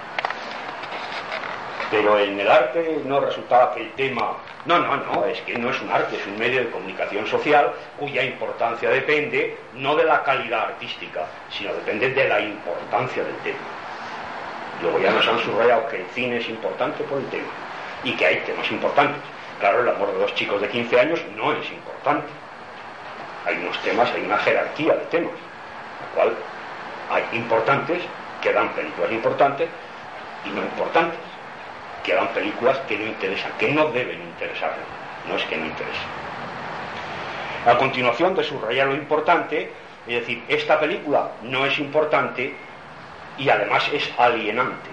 Pero en el arte no resultaba que el tema... No, no, no, es que no es un arte, es un medio de comunicación social cuya importancia depende no de la calidad artística, sino depende de la importancia del tema. Luego ya nos han subrayado que el cine es importante por el tema y que hay temas importantes. Claro, el amor de dos chicos de quince años no es importante. Hay unos temas, hay una jerarquía de temas, la cual hay importantes que dan películas importantes y no importantes, que dan películas que no interesan, que no deben interesar, no es que no interesen. A continuación de subrayar lo importante, es decir, esta película no es importante y además es alienante.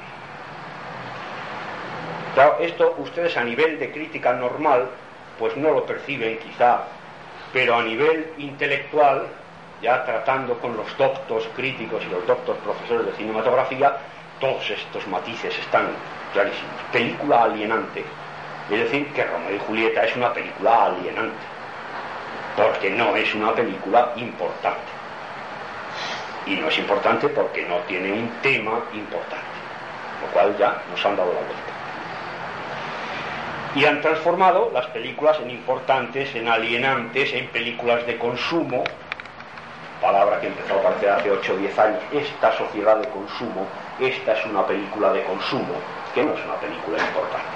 Claro, esto ustedes a nivel de crítica normal pues no lo perciben quizá, pero a nivel intelectual, ya tratando con los doctos críticos y los doctos profesores de cinematografía, todos estos matices están clarísimos. Película alienante, es decir, que Romeo y Julieta es una película alienante, porque no es una película importante. Y no es importante porque no tiene un tema importante, lo cual ya nos han dado la vuelta. Y han transformado las películas en importantes, en alienantes, en películas de consumo, palabra que empezó a aparecer hace ocho o diez años, esta sociedad de consumo, esta es una película de consumo, que no es una película importante.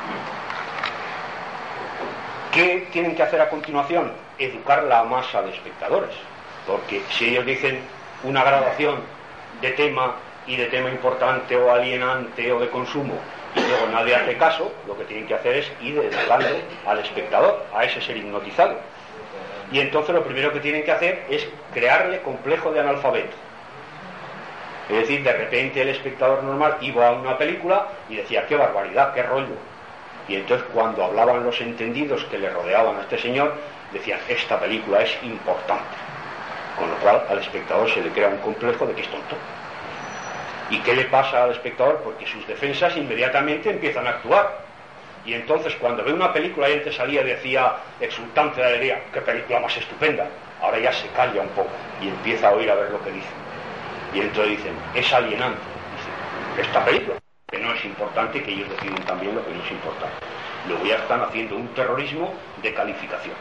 ¿Qué tienen que hacer a continuación? Educar la masa de espectadores, porque si ellos dicen una graduación de tema y de tema importante o alienante o de consumo y luego nadie hace caso, lo que tienen que hacer es ir educando al espectador, a ese ser hipnotizado. Y entonces lo primero que tienen que hacer es crearle complejo de analfabeto. Es decir, de repente el espectador normal iba a una película y decía, qué barbaridad, qué rollo. Y entonces cuando hablaban los entendidos que le rodeaban a este señor, decían, esta película es importante. Con lo cual al espectador se le crea un complejo de que es tonto. ¿Y qué le pasa al espectador? Porque sus defensas inmediatamente empiezan a actuar. Y entonces cuando ve una película y antes salía y decía exultante de alegría, qué película más estupenda, ahora ya se calla un poco y empieza a oír a ver lo que dice. Y entonces dicen, es alienante. Dicen, esta película, que no es importante, que ellos deciden también lo que no es importante. Luego ya están haciendo un terrorismo de calificación.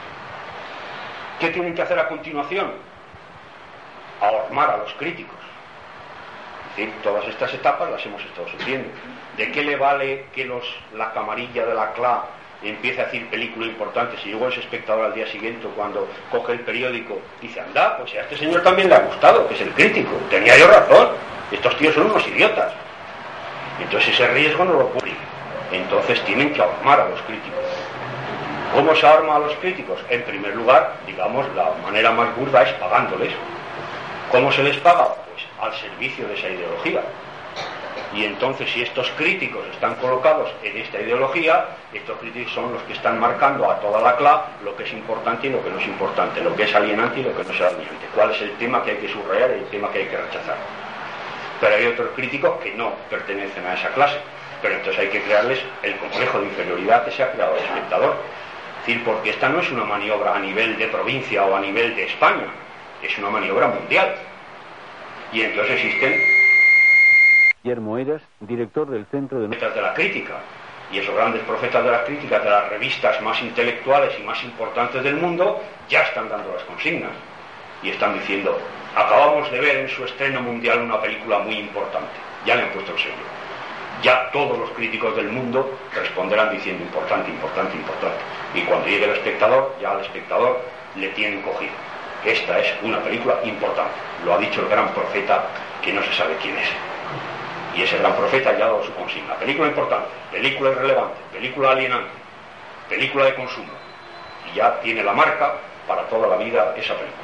¿Qué tienen que hacer a continuación? Ahormar a los críticos. Es decir, todas estas etapas las hemos estado sufriendo. ¿De qué le vale que los, la camarilla de la C L A empiece a decir película importante si luego ese espectador al día siguiente cuando coge el periódico dice, anda, pues a este señor también le ha gustado, que es el crítico, tenía yo razón, estos tíos son unos idiotas? Entonces ese riesgo no lo puede. Entonces tienen que ahormar a los críticos. ¿Cómo se ahorma a los críticos? En primer lugar, digamos, la manera más burda es pagándoles. ¿Cómo se les paga? Pues al servicio de esa ideología. Y entonces si estos críticos están colocados en esta ideología, estos críticos son los que están marcando a toda la C L A lo que es importante y lo que no es importante, lo que es alienante y lo que no es alienante, cuál es el tema que hay que subrayar y el tema que hay que rechazar. Pero hay otros críticos que no pertenecen a esa clase, pero entonces hay que crearles el complejo de inferioridad que se ha creado al espectador. Es decir, porque esta no es una maniobra a nivel de provincia o a nivel de España, es una maniobra mundial. Y entonces existen Guillermo Eras, director del Centro de Profetas de la Crítica, y esos grandes profetas de la crítica de las revistas más intelectuales y más importantes del mundo ya están dando las consignas y están diciendo, acabamos de ver en su estreno mundial una película muy importante, ya le han puesto el sello, ya todos los críticos del mundo responderán diciendo importante, importante, importante, y cuando llegue el espectador, ya al espectador le tienen cogido, esta es una película importante, lo ha dicho el gran profeta que no se sabe quién es. Y ese gran profeta ya ha dado su consigna. Película importante, película irrelevante, película alienante, película de consumo. Y ya tiene la marca para toda la vida esa película.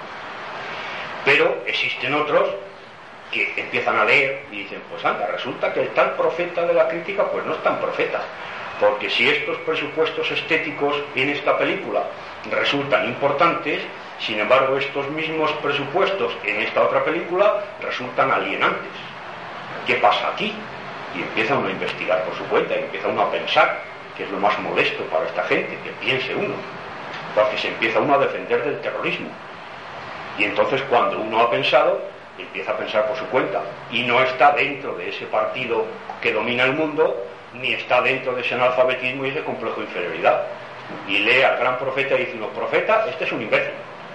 Pero existen otros que empiezan a leer y dicen, pues anda, resulta que el tal profeta de la crítica pues no es tan profeta. Porque si estos presupuestos estéticos en esta película resultan importantes, sin embargo estos mismos presupuestos en esta otra película resultan alienantes. ¿Qué pasa aquí? Y empieza uno a investigar por su cuenta y empieza uno a pensar, que es lo más molesto para esta gente, que piense uno, porque se empieza uno a defender del terrorismo. Y entonces cuando uno ha pensado, empieza a pensar por su cuenta y no está dentro de ese partido que domina el mundo, ni está dentro de ese analfabetismo y ese complejo de inferioridad. Y lee al gran profeta y dice, no, profeta, este es un imbécil.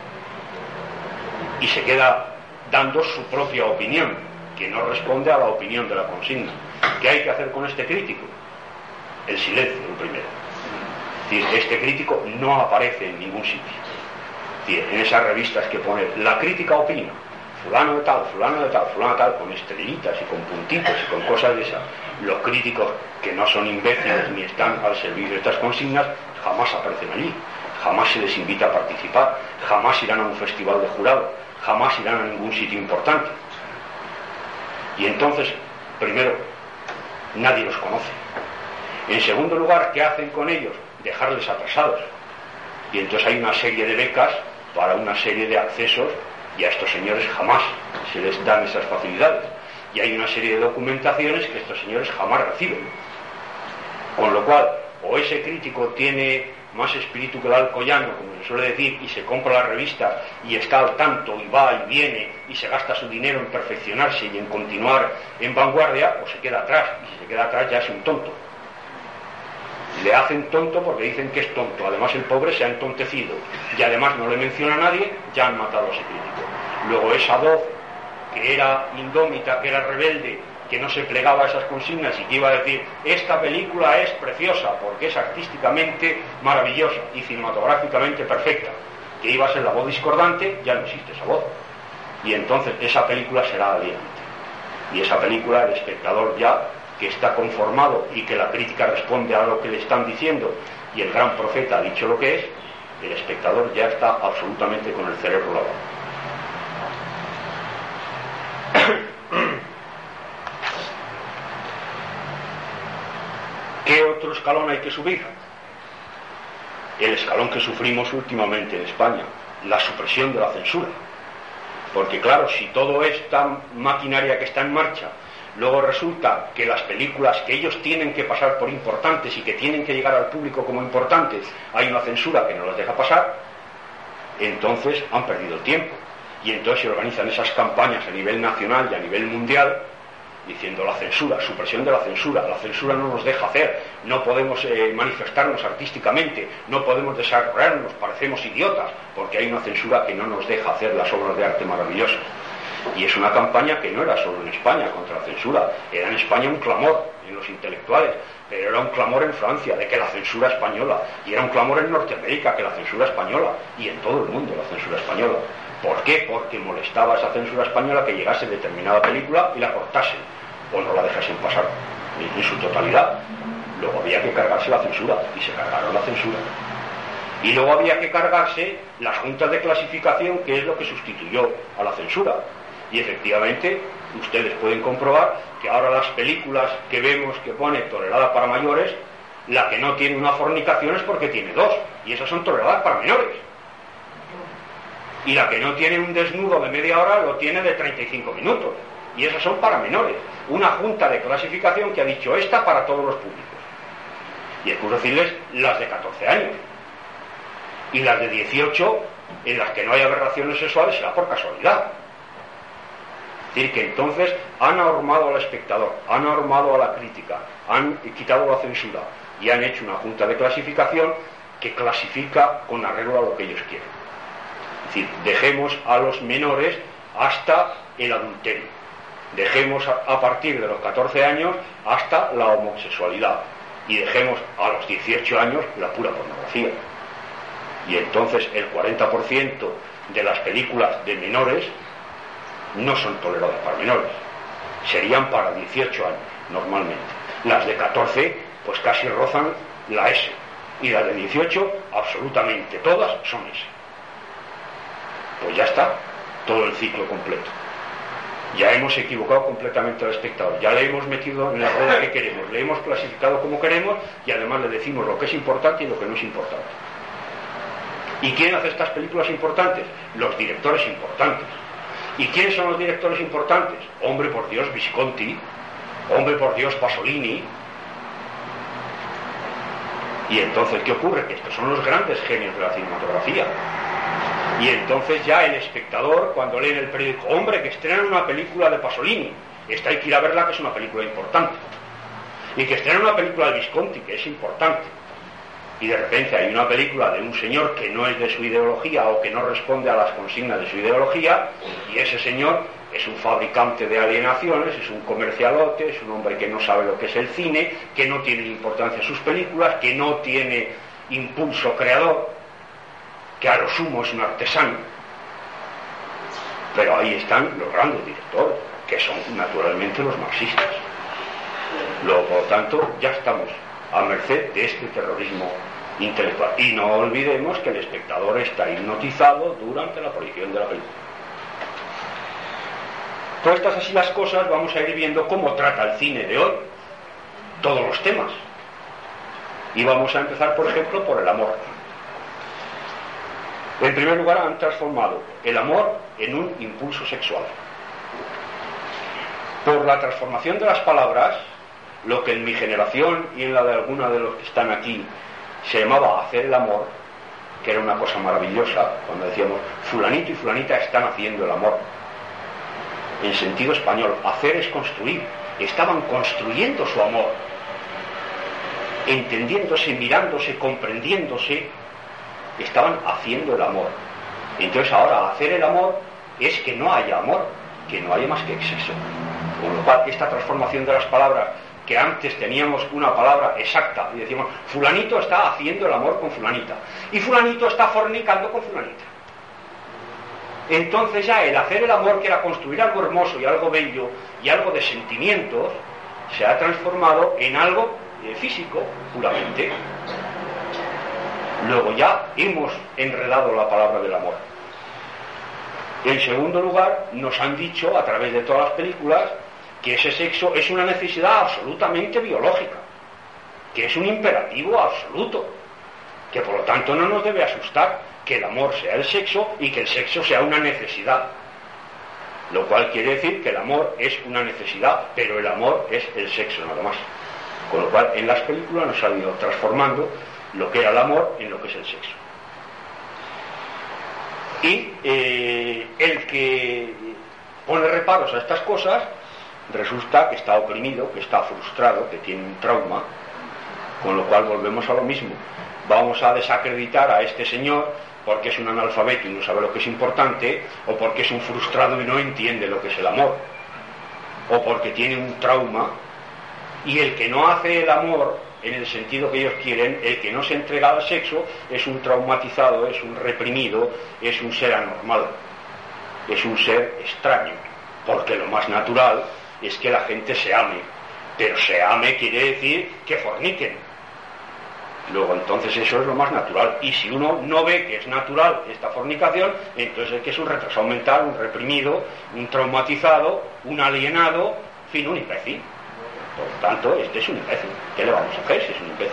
Y se queda dando su propia opinión, que no responde a la opinión de la consigna. ¿Qué hay que hacer con este crítico? El silencio, lo primero. Es decir, este crítico no aparece en ningún sitio. Es decir, en esas revistas que pone la crítica opina, fulano de tal, fulano de tal, fulano de tal, con estrellitas y con puntitos y con cosas de esas. Los críticos que no son imbéciles ni están al servicio de estas consignas, jamás aparecen allí. Jamás se les invita a participar, jamás irán a un festival de jurado, jamás irán a ningún sitio importante. Y entonces, primero, nadie los conoce. En segundo lugar, ¿qué hacen con ellos? Dejarles atrasados. Y entonces hay una serie de becas para una serie de accesos y a estos señores jamás se les dan esas facilidades. Y hay una serie de documentaciones que estos señores jamás reciben. Con lo cual, o ese crítico tiene más espíritu que el alcoyano, como se suele decir, y se compra la revista y está al tanto y va y viene y se gasta su dinero en perfeccionarse y en continuar en vanguardia, o se queda atrás, y si se queda atrás ya es un tonto. Le hacen tonto porque dicen que es tonto. Además el pobre se ha entontecido. Y además no le menciona a nadie, ya han matado a ese crítico. Luego esa voz que era indómita, que era rebelde, que no se plegaba a esas consignas y que iba a decir esta película es preciosa porque es artísticamente maravillosa y cinematográficamente perfecta, que iba a ser la voz discordante, ya no existe esa voz. Y entonces esa película será alienante. Y esa película, el espectador ya, que está conformado y que la crítica responde a lo que le están diciendo y el gran profeta ha dicho lo que es, el espectador ya está absolutamente con el cerebro lavado. ¿Qué otro escalón hay que subir? El escalón que sufrimos últimamente en España, la supresión de la censura. Porque claro, si toda esta maquinaria que está en marcha, luego resulta que las películas que ellos tienen que pasar por importantes y que tienen que llegar al público como importantes, hay una censura que no las deja pasar, entonces han perdido el tiempo. Y entonces se organizan esas campañas a nivel nacional y a nivel mundial, diciendo la censura, supresión de la censura, la censura no nos deja hacer, no podemos eh, manifestarnos artísticamente, no podemos desarrollarnos, parecemos idiotas, porque hay una censura que no nos deja hacer las obras de arte maravillosas. Y es una campaña que no era solo en España contra la censura, era en España un clamor en los intelectuales, pero era un clamor en Francia de que la censura española, y era un clamor en Norteamérica que la censura española, y en todo el mundo la censura española. ¿Por qué? Porque molestaba esa censura española que llegase determinada película y la cortasen o no la dejasen pasar en su totalidad. Luego había que cargarse la censura y se cargaron la censura. Y luego había que cargarse las juntas de clasificación, que es lo que sustituyó a la censura. Y efectivamente ustedes pueden comprobar que ahora las películas que vemos que pone tolerada para mayores, la que no tiene una fornicación es porque tiene dos, y esas son toleradas para menores. Y la que no tiene un desnudo de media hora lo tiene de treinta y cinco minutos, y esas son para menores. Una junta de clasificación que ha dicho esta para todos los públicos. Y es por decirles las de catorce años. Y las de dieciocho, en las que no hay aberraciones sexuales, será por casualidad. Es decir, que entonces han normado al espectador, han normado a la crítica, han quitado la censura y han hecho una junta de clasificación que clasifica con arreglo a lo que ellos quieren. Es decir, dejemos a los menores hasta el adulterio, dejemos a, a partir de los catorce años hasta la homosexualidad y dejemos a los dieciocho años la pura pornografía. Y entonces el cuarenta por ciento de las películas de menores no son toleradas para menores, serían para dieciocho años normalmente. Las de catorce pues casi rozan la S, y las de dieciocho absolutamente todas son S. Pues ya está, todo el ciclo completo. Ya hemos equivocado completamente al espectador, ya le hemos metido en la rueda que queremos, le hemos clasificado como queremos y además le decimos lo que es importante y lo que no es importante. ¿Y quién hace estas películas importantes? Los directores importantes. ¿Y quiénes son los directores importantes? Hombre, por Dios, Visconti, hombre, por Dios, Pasolini. Y entonces, ¿qué ocurre? Que estos son los grandes genios de la cinematografía. Y entonces ya el espectador, cuando lee en el periódico, hombre, que estrenan una película de Pasolini, esta hay que ir a verla, que es una película importante. Y que estrenan una película de Visconti, que es importante. Y de repente hay una película de un señor que no es de su ideología o que no responde a las consignas de su ideología, y ese señor es un fabricante de alienaciones, es un comercialote, es un hombre que no sabe lo que es el cine, que no tiene importancia sus películas, que no tiene impulso creador, que a lo sumo es un artesano. Pero ahí están los grandes directores, que son naturalmente los marxistas. Luego, por lo tanto, ya estamos a merced de este terrorismo intelectual. Y no olvidemos que el espectador está hipnotizado durante la proyección de la película. Puestas así las cosas, vamos a ir viendo cómo trata el cine de hoy todos los temas. Y vamos a empezar, por ejemplo, por el amor. En primer lugar, han transformado el amor en un impulso sexual. Por la transformación de las palabras, lo que en mi generación y en la de alguna de los que están aquí se llamaba hacer el amor, que era una cosa maravillosa, cuando decíamos fulanito y fulanita están haciendo el amor. En sentido español, hacer es construir. Estaban construyendo su amor. entendiéndose, mirándose, comprendiéndose, estaban haciendo el amor. Entonces ahora hacer el amor es que no haya amor, que no haya más que sexo. Con lo cual esta transformación de las palabras, que antes teníamos una palabra exacta y decíamos fulanito está haciendo el amor con fulanita y fulanito está fornicando con fulanita, entonces ya el hacer el amor, que era construir algo hermoso y algo bello y algo de sentimientos, se ha transformado en algo eh, físico puramente. Luego ya hemos enredado la palabra del amor. En segundo lugar, nos han dicho a través de todas las películas que ese sexo es una necesidad absolutamente biológica, que es un imperativo absoluto, que por lo tanto no nos debe asustar que el amor sea el sexo y que el sexo sea una necesidad, lo cual quiere decir que el amor es una necesidad, pero el amor es el sexo nada más. Con lo cual en las películas nos han ido transformando lo que era el amor en lo que es el sexo. Y eh, el que pone reparos a estas cosas resulta que está oprimido, que está frustrado, que tiene un trauma, con lo cual volvemos a lo mismo. Vamos a desacreditar a este señor porque es un analfabeto y no sabe lo que es importante, o porque es un frustrado y no entiende lo que es el amor, o porque tiene un trauma. Y el que no hace el amor en el sentido que ellos quieren, el que no se entrega al sexo, es un traumatizado, es un reprimido, es un ser anormal, es un ser extraño, porque lo más natural es que la gente se ame, pero se ame quiere decir que forniquen. Luego entonces eso es lo más natural, y si uno no ve que es natural esta fornicación, entonces es que es un retrasado mental, un reprimido, un traumatizado, un alienado, en fin, un imbécil. Por lo tanto, este es un imbécil. ¿Qué le vamos a hacer si es un imbécil?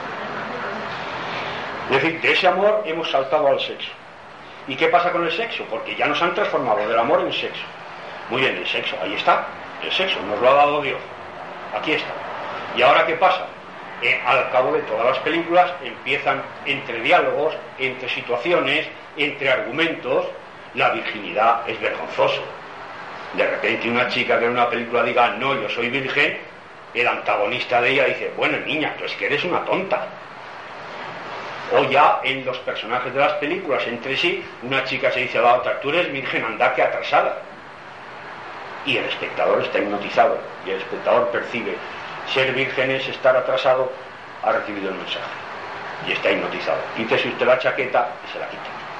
Es decir, de ese amor hemos saltado al sexo. ¿Y qué pasa con el sexo? Porque ya nos han transformado del amor en sexo. Muy bien, el sexo, ahí está. El sexo nos lo ha dado Dios, aquí está. ¿Y ahora qué pasa? Eh, al cabo de todas las películas empiezan entre diálogos, entre situaciones, entre argumentos. La virginidad es vergonzoso. De repente una chica que en una película diga no, yo soy virgen, el antagonista de ella dice bueno niña, tú es que eres una tonta. O ya en los personajes de las películas entre sí, una chica se dice a la otra tú eres virgen, anda que atrasada. Y el espectador está hipnotizado, y el espectador percibe ser virgen es estar atrasado, ha recibido el mensaje y está hipnotizado. Quítese usted la chaqueta y se la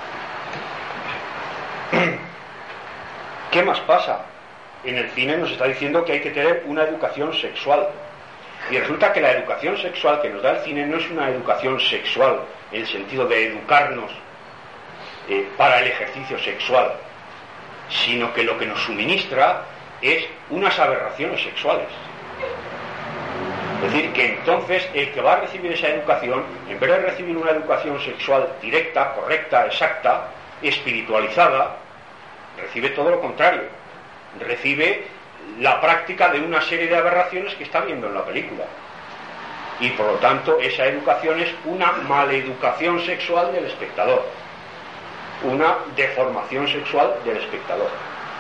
quita. ¿Qué más pasa? En el cine nos está diciendo que hay que tener una educación sexual, y resulta que la educación sexual que nos da el cine no es una educación sexual en el sentido de educarnos eh, para el ejercicio sexual, sino que lo que nos suministra es unas aberraciones sexuales. Es decir, que entonces el que va a recibir esa educación, en vez de recibir una educación sexual directa, correcta, exacta, espiritualizada, recibe todo lo contrario. Recibe la práctica de una serie de aberraciones que está viendo en la película. Y por lo tanto esa educación es una maleducación sexual del espectador, una deformación sexual del espectador.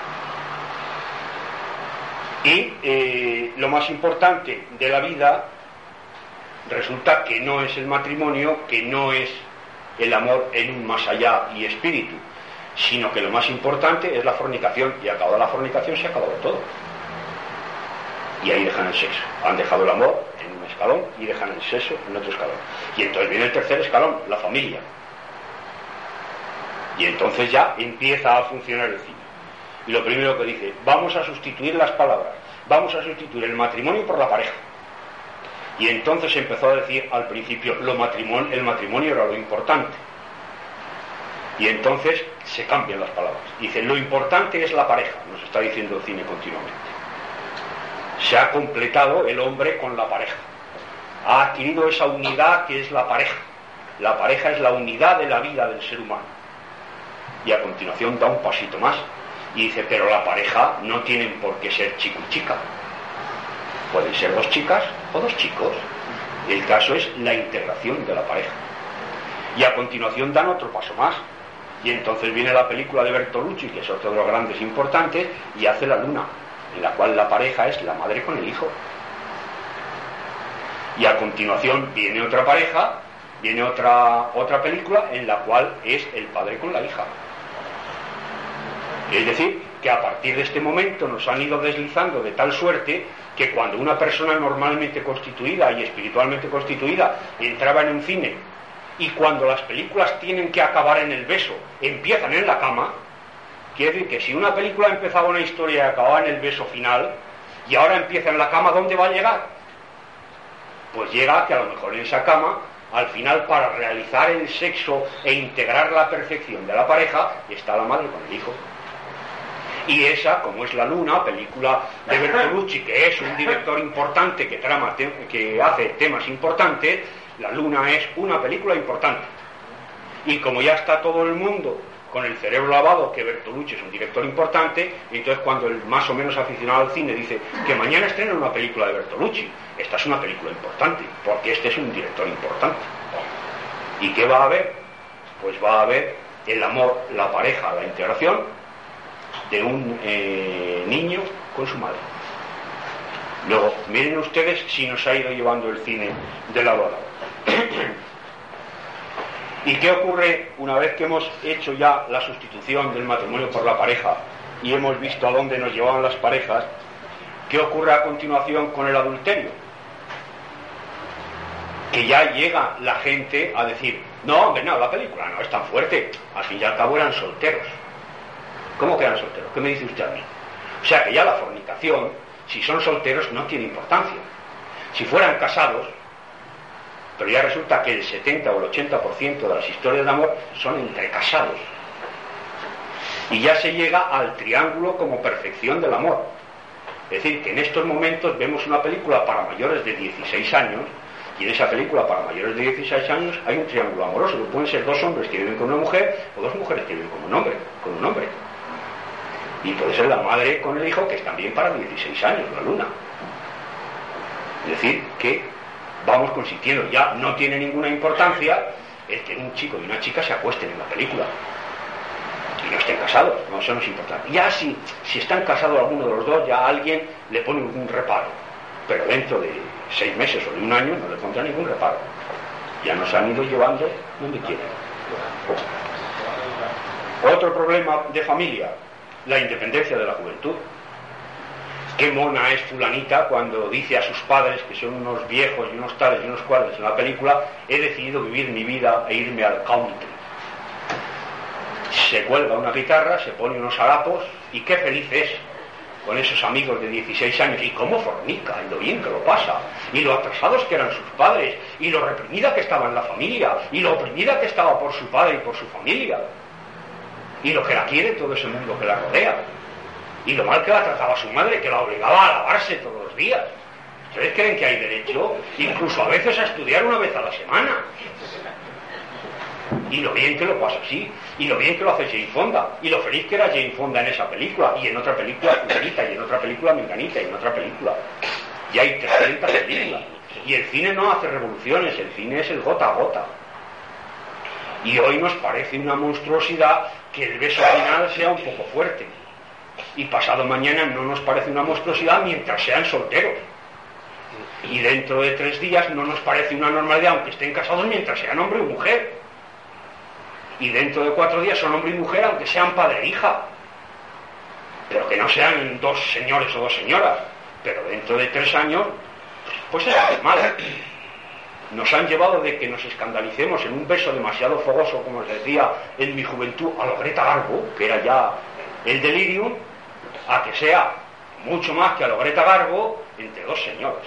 Y eh, lo más importante de la vida resulta que no es el matrimonio, que no es el amor en un más allá y espíritu, sino que lo más importante es la fornicación, y acabada la fornicación se ha acabado todo. Y ahí dejan el sexo. Han dejado el amor en un escalón y dejan el sexo en otro escalón. Y entonces viene el tercer escalón, la familia. Y entonces ya empieza a funcionar el cine. Y lo primero que dice, vamos a sustituir las palabras, vamos a sustituir el matrimonio por la pareja. Y entonces empezó a decir al principio, lo matrimonio, el matrimonio era lo importante. Y entonces se cambian las palabras. Dice, lo importante es la pareja, nos está diciendo el cine continuamente. Se ha completado el hombre con la pareja. Ha adquirido esa unidad que es la pareja. La pareja es la unidad de la vida del ser humano. Y a continuación da un pasito más. Y dice, pero la pareja no tienen por qué ser chico y chica. Pueden ser dos chicas o dos chicos. El caso es la integración de la pareja. Y a continuación dan otro paso más. Y entonces viene la película de Bertolucci, que es otro de los grandes importantes, y hace La Luna, en la cual la pareja es la madre con el hijo. Y a continuación viene otra pareja, viene otra, otra película en la cual es el padre con la hija. Es decir, que a partir de este momento nos han ido deslizando de tal suerte que cuando una persona normalmente constituida y espiritualmente constituida entraba en un cine y cuando las películas tienen que acabar en el beso, empiezan en la cama, quiere decir que si una película empezaba una historia y acababa en el beso final y ahora empieza en la cama, ¿dónde va a llegar? Pues llega que a lo mejor en esa cama, al final, para realizar el sexo e integrar la perfección de la pareja, está la madre con el hijo. Y esa, como es La Luna, película de Bertolucci, que es un director importante que trama te- que hace temas importantes, La Luna es una película importante. Y como ya está todo el mundo con el cerebro lavado que Bertolucci es un director importante, entonces cuando el más o menos aficionado al cine dice que mañana estrena una película de Bertolucci, esta es una película importante, porque este es un director importante. ¿Y qué va a haber? Pues va a haber el amor, la pareja, la integración de un eh, niño con su madre. Luego, miren ustedes si nos ha ido llevando el cine de lado a lado. ¿Y qué ocurre una vez que hemos hecho ya la sustitución del matrimonio por la pareja y hemos visto a dónde nos llevaban las parejas? ¿Qué ocurre a continuación con el adulterio? Que ya llega la gente a decir, no, hombre, no, la película no es tan fuerte, al fin y al cabo eran solteros. ¿Cómo que eran solteros? ¿Qué me dice usted a mí? O sea que ya la fornicación, si son solteros, no tiene importancia. Si fueran casados, pero ya resulta que el setenta o el ochenta por ciento de las historias de amor son entre casados. Y ya se llega al triángulo como perfección del amor. Es decir, que en estos momentos vemos una película para mayores de dieciséis años, y en esa película para mayores de dieciséis años hay un triángulo amoroso, que pueden ser dos hombres que viven con una mujer, o dos mujeres que viven con un hombre, con un hombre. Y puede ser la madre con el hijo, que es también para dieciséis años, La Luna. Es decir, que vamos consintiendo, ya no tiene ninguna importancia el que un chico y una chica se acuesten en la película y no estén casados, no, eso no es importante. Ya si, si están casados alguno de los dos, ya alguien le pone un reparo, pero dentro de seis meses o de un año no le pondrá ningún reparo. Ya nos han ido llevando donde quieren. Otro problema de familia, la independencia de la juventud. Qué mona es fulanita cuando dice a sus padres, que son unos viejos y unos tales y unos cuales en la película, he decidido vivir mi vida e irme al country. Se cuelga una guitarra, se pone unos harapos y qué feliz es con esos amigos de dieciséis años, y cómo fornica, y lo bien que lo pasa, y lo atrasados que eran sus padres, y lo reprimida que estaba en la familia, y lo oprimida que estaba por su padre y por su familia, y lo que la quiere todo ese mundo que la rodea, y lo mal que la trataba su madre, que la obligaba a lavarse todos los días. ¿Ustedes creen que hay derecho incluso a veces a estudiar una vez a la semana? Y lo bien que lo pasa así, y lo bien que lo hace Jane Fonda, y lo feliz que era Jane Fonda en esa película, y en otra película Fulanita, y en otra película Menganita, y en otra película. Y hay trescientas películas. Y el cine no hace revoluciones, el cine es el gota a gota. Y hoy nos parece una monstruosidad que el beso final sea un poco fuerte. Y pasado mañana no nos parece una monstruosidad mientras sean solteros. Y dentro de tres días no nos parece una normalidad aunque estén casados mientras sean hombre y mujer. Y dentro de cuatro días son hombre y mujer aunque sean padre e hija. Pero que no sean dos señores o dos señoras. Pero dentro de tres años, pues es normal. Nos han llevado de que nos escandalicemos en un beso demasiado fogoso, como os decía, en mi juventud, a lo Greta Garbo, que era ya el delirium, a que sea mucho más que a lo Greta Garbo entre dos señores.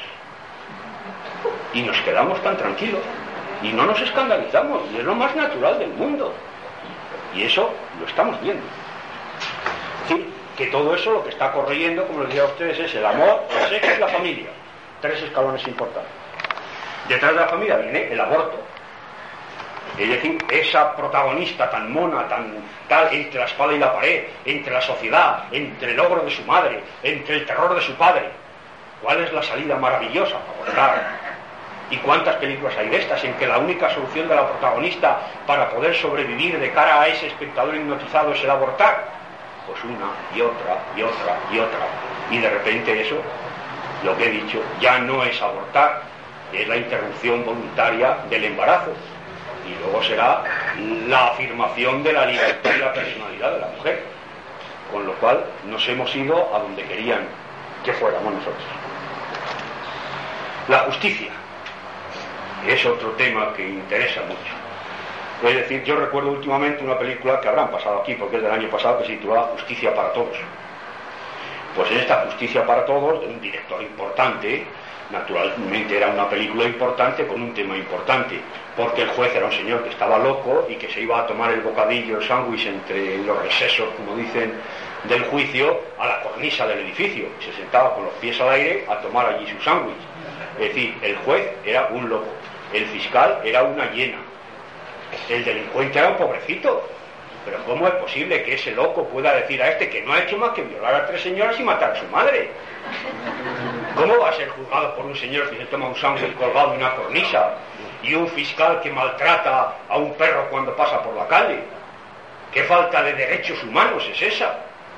Y nos quedamos tan tranquilos y no nos escandalizamos, y es lo más natural del mundo. Y eso lo estamos viendo. Es decir, que todo eso lo que está corriendo, como les decía a ustedes, es el amor, el sexo y la familia. Tres escalones importantes. Detrás de la familia viene el aborto. Es decir, esa protagonista tan mona, tan tal, entre la espada y la pared, entre la sociedad, entre el logro de su madre, entre el terror de su padre. ¿Cuál es la salida maravillosa? Abortar. ¿Y cuántas películas hay de estas en que la única solución de la protagonista para poder sobrevivir de cara a ese espectador hipnotizado es el abortar? Pues una y otra y otra y otra. Y de repente eso, lo que he dicho, ya no es abortar, es la interrupción voluntaria del embarazo, y luego será la afirmación de la libertad y la personalidad de la mujer, con lo cual nos hemos ido a donde querían que fuéramos nosotros. La justicia es otro tema que interesa mucho. Es decir, yo recuerdo últimamente una película que habrán pasado aquí, porque es del año pasado, que se titulaba Justicia para Todos. Pues en esta Justicia para Todos, de un director importante, naturalmente era una película importante con un tema importante, porque el juez era un señor que estaba loco y que se iba a tomar el bocadillo, el sándwich entre los recesos, como dicen, del juicio, a la cornisa del edificio. Se sentaba con los pies al aire a tomar allí su sándwich. Es decir, el juez era un loco, el fiscal era una hiena, el delincuente era un pobrecito. Pero ¿cómo es posible que ese loco pueda decir a este que no ha hecho más que violar a tres señoras y matar a su madre? ¿Cómo va a ser juzgado por un señor que se toma un sándwich colgado en una cornisa y un fiscal que maltrata a un perro cuando pasa por la calle? ¿Qué falta de derechos humanos es esa?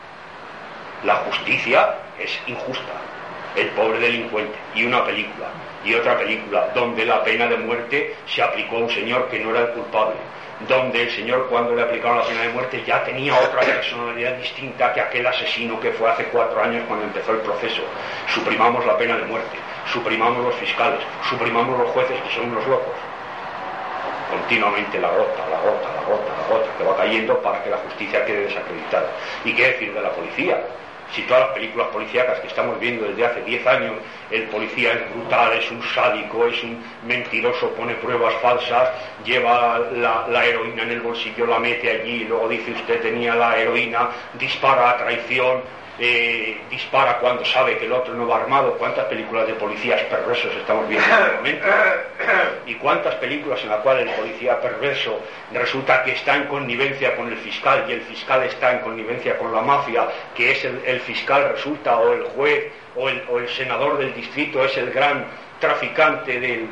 La justicia es injusta. El pobre delincuente, y una película, y otra película, donde la pena de muerte se aplicó a un señor que no era el culpable, donde el señor, cuando le aplicaron la pena de muerte, ya tenía otra personalidad distinta que aquel asesino que fue hace cuatro años cuando empezó el proceso. Suprimamos la pena de muerte, suprimamos los fiscales, suprimamos los jueces, que son unos locos. Continuamente la gota, la gota, la gota, la gota que va cayendo para que la justicia quede desacreditada. ¿Y qué decir de la policía? Si todas las películas policíacas que estamos viendo desde hace diez años, el policía es brutal, es un sádico, es un mentiroso, pone pruebas falsas, lleva la, la heroína en el bolsillo, la mete allí, luego dice usted tenía la heroína, dispara a traición, eh, dispara cuando sabe que el otro no va armado. ¿Cuántas películas de policías perversos estamos viendo en este momento? ¿Y cuántas películas en las cuales el policía perverso resulta que está en connivencia con el fiscal y el fiscal está en connivencia con la mafia, que es el, el fiscal resulta, o el juez o el, o el senador del distrito es el gran traficante del...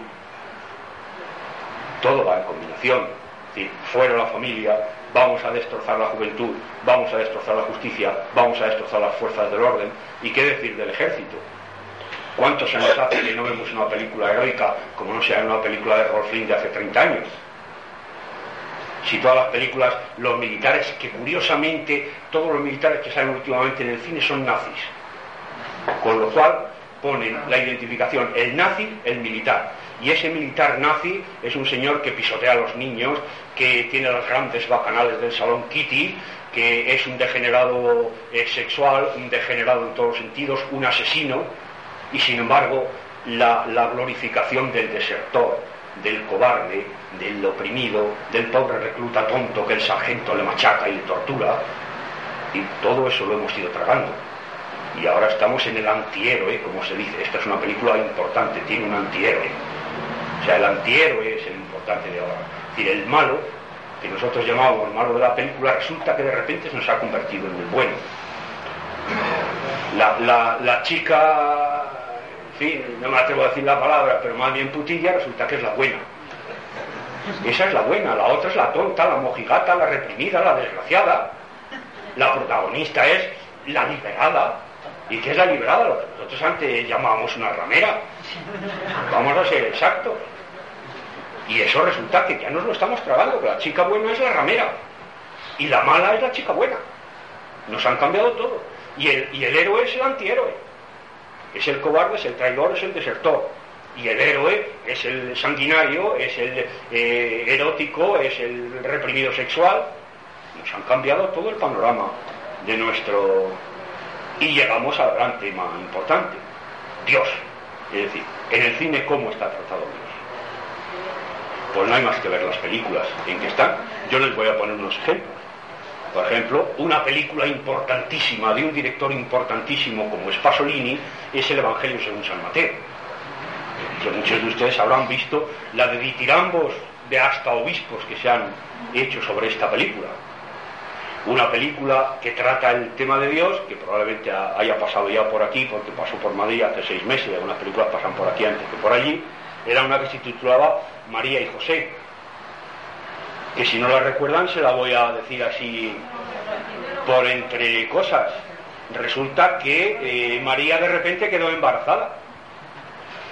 Todo va en combinación. Es decir, fuera la familia, vamos a destrozar la juventud, vamos a destrozar la justicia, vamos a destrozar las fuerzas del orden. ¿Y qué decir del ejército? ¿Cuántos años hace que no vemos una película heroica como no sea una película de Rolf Link de hace treinta años? Si todas las películas, los militares, que curiosamente todos los militares que salen últimamente en el cine son nazis, con lo cual ponen la identificación, el nazi, el militar, y ese militar nazi es un señor que pisotea a los niños, que tiene las grandes bacanales del salón Kitty, que es un degenerado eh, sexual, un degenerado en todos los sentidos, un asesino, y sin embargo la, la glorificación del desertor, del cobarde, del oprimido, del pobre recluta tonto que el sargento le machaca y le tortura, y todo eso lo hemos ido tragando. Y ahora estamos en el antihéroe, como se dice. Esta es una película importante, tiene un antihéroe. O sea, el antihéroe es el importante de ahora. Es decir, el malo, que nosotros llamamos el malo de la película, resulta que de repente se nos ha convertido en el bueno. La, la, la chica, en fin, no me atrevo a decir la palabra, pero más bien putilla, resulta que es la buena. Esa es la buena, la otra es la tonta, la mojigata, la reprimida, la desgraciada. La protagonista es la liberada. ¿Y qué es la liberada? Lo que nosotros antes llamábamos una ramera. Vamos a ser exactos. Y eso resulta que ya nos lo estamos tragando, que la chica buena es la ramera y la mala es la chica buena. Nos han cambiado todo. Y el, y el héroe es el antihéroe. Es el cobarde, es el traidor, es el desertor. Y el héroe es el sanguinario, es el eh, erótico, es el reprimido sexual. Nos han cambiado todo el panorama de nuestro... Y llegamos al gran tema importante, Dios. Es decir, en el cine, ¿cómo está tratado Dios? Pues no hay más que ver las películas en que están. Yo les voy a poner unos ejemplos. Por ejemplo, una película importantísima de un director importantísimo como es Pasolini es el Evangelio según San Mateo. Que muchos de ustedes habrán visto la de ditirambos de hasta obispos que se han hecho sobre esta película. Una película que trata el tema de Dios, que probablemente haya pasado ya por aquí, porque pasó por Madrid hace seis meses, y algunas películas pasan por aquí antes que por allí. Era una que se titulaba María y José, que si no la recuerdan se la voy a decir así por entre cosas. Resulta que eh, María de repente quedó embarazada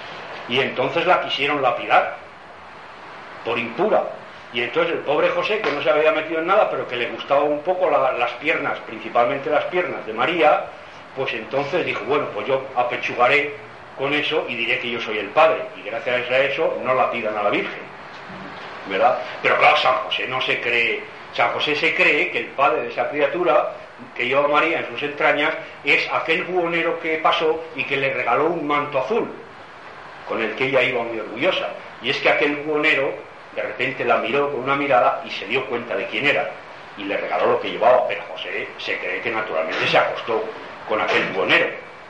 Y entonces la quisieron lapidar por impura. Y entonces el pobre José, que no se había metido en nada, pero que le gustaba un poco la, las piernas, principalmente las piernas de María, pues entonces dijo, bueno, pues yo apechugaré con eso y diré que yo soy el padre. Y gracias a eso no la pidan a la Virgen, ¿verdad? Pero claro, San José no se cree, San José se cree que el padre de esa criatura que lleva a María en sus entrañas es aquel buhonero que pasó y que le regaló un manto azul, con el que ella iba muy orgullosa. Y es que aquel buhonero de repente la miró con una mirada y se dio cuenta de quién era y le regaló lo que llevaba, pero José se cree que naturalmente se acostó con aquel buhonero.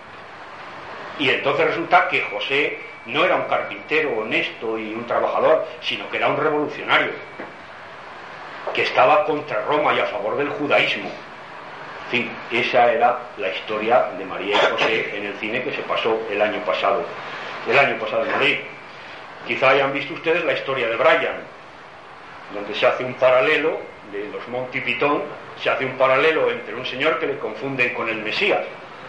Y entonces resulta que José no era un carpintero honesto y un trabajador, sino que era un revolucionario que estaba contra Roma y a favor del judaísmo. En fin, esa era la historia de María y José en el cine que se pasó el año pasado el año pasado en Madrid. Quizá hayan visto ustedes la historia de Brian, donde se hace un paralelo de los Monty Python, se hace un paralelo entre un señor que le confunden con el Mesías,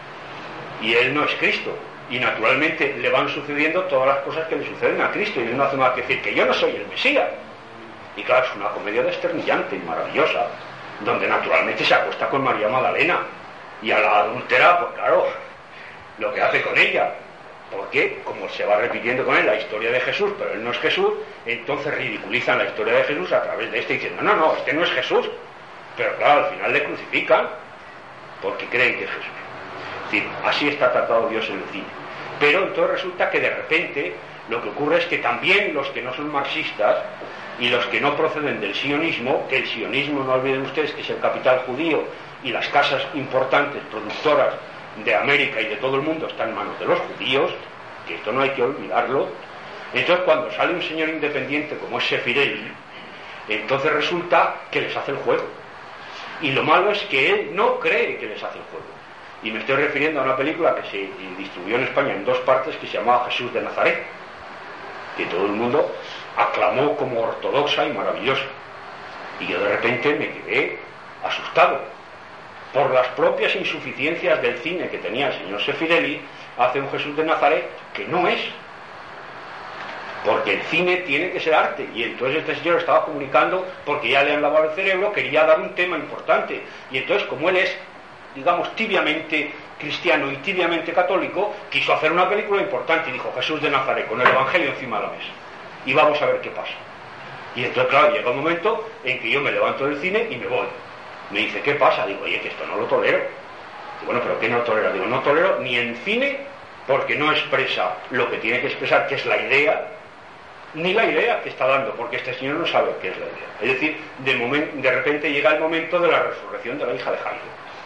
y él no es Cristo, y naturalmente le van sucediendo todas las cosas que le suceden a Cristo, y él no hace más que decir que yo no soy el Mesías. Y claro, es una comedia desternillante y maravillosa, donde naturalmente se acuesta con María Magdalena, y a la adúltera, pues claro, lo que hace con ella, porque como se va repitiendo con él la historia de Jesús, pero él no es Jesús, entonces ridiculizan la historia de Jesús a través de este diciendo, no, no, este no es Jesús, pero claro, al final le crucifican porque creen que es Jesús. Es decir, así está tratado Dios en el cine. Pero entonces resulta que de repente lo que ocurre es que también los que no son marxistas y los que no proceden del sionismo, que el sionismo, no olviden ustedes que es el capital judío y las casas importantes productoras de América y de todo el mundo está en manos de los judíos, que esto no hay que olvidarlo. Entonces cuando sale un señor independiente como es Sefirelli, entonces resulta que les hace el juego, y lo malo es que él no cree que les hace el juego. Y me estoy refiriendo a una película que se distribuyó en España en dos partes, que se llamaba Jesús de Nazaret, que todo el mundo aclamó como ortodoxa y maravillosa, y yo de repente me quedé asustado por las propias insuficiencias del cine que tenía el señor Sefirelli. Hace un Jesús de Nazaret que no es, porque el cine tiene que ser arte, y entonces este señor estaba comunicando porque ya le han lavado el cerebro, quería dar un tema importante, y entonces como él es, digamos, tibiamente cristiano y tibiamente católico, quiso hacer una película importante y dijo Jesús de Nazaret con el Evangelio encima de la mesa, y vamos a ver qué pasa. Y entonces claro, llega un momento en que yo me levanto del cine y me voy. Me dice, ¿qué pasa? Digo, oye, que esto no lo tolero. Digo, bueno, ¿pero qué no tolero? Digo, no tolero ni en cine, porque no expresa lo que tiene que expresar, que es la idea, ni la idea que está dando, porque este señor no sabe qué es la idea. Es decir, de, momento, de repente llega el momento de la resurrección de la hija de Jairo.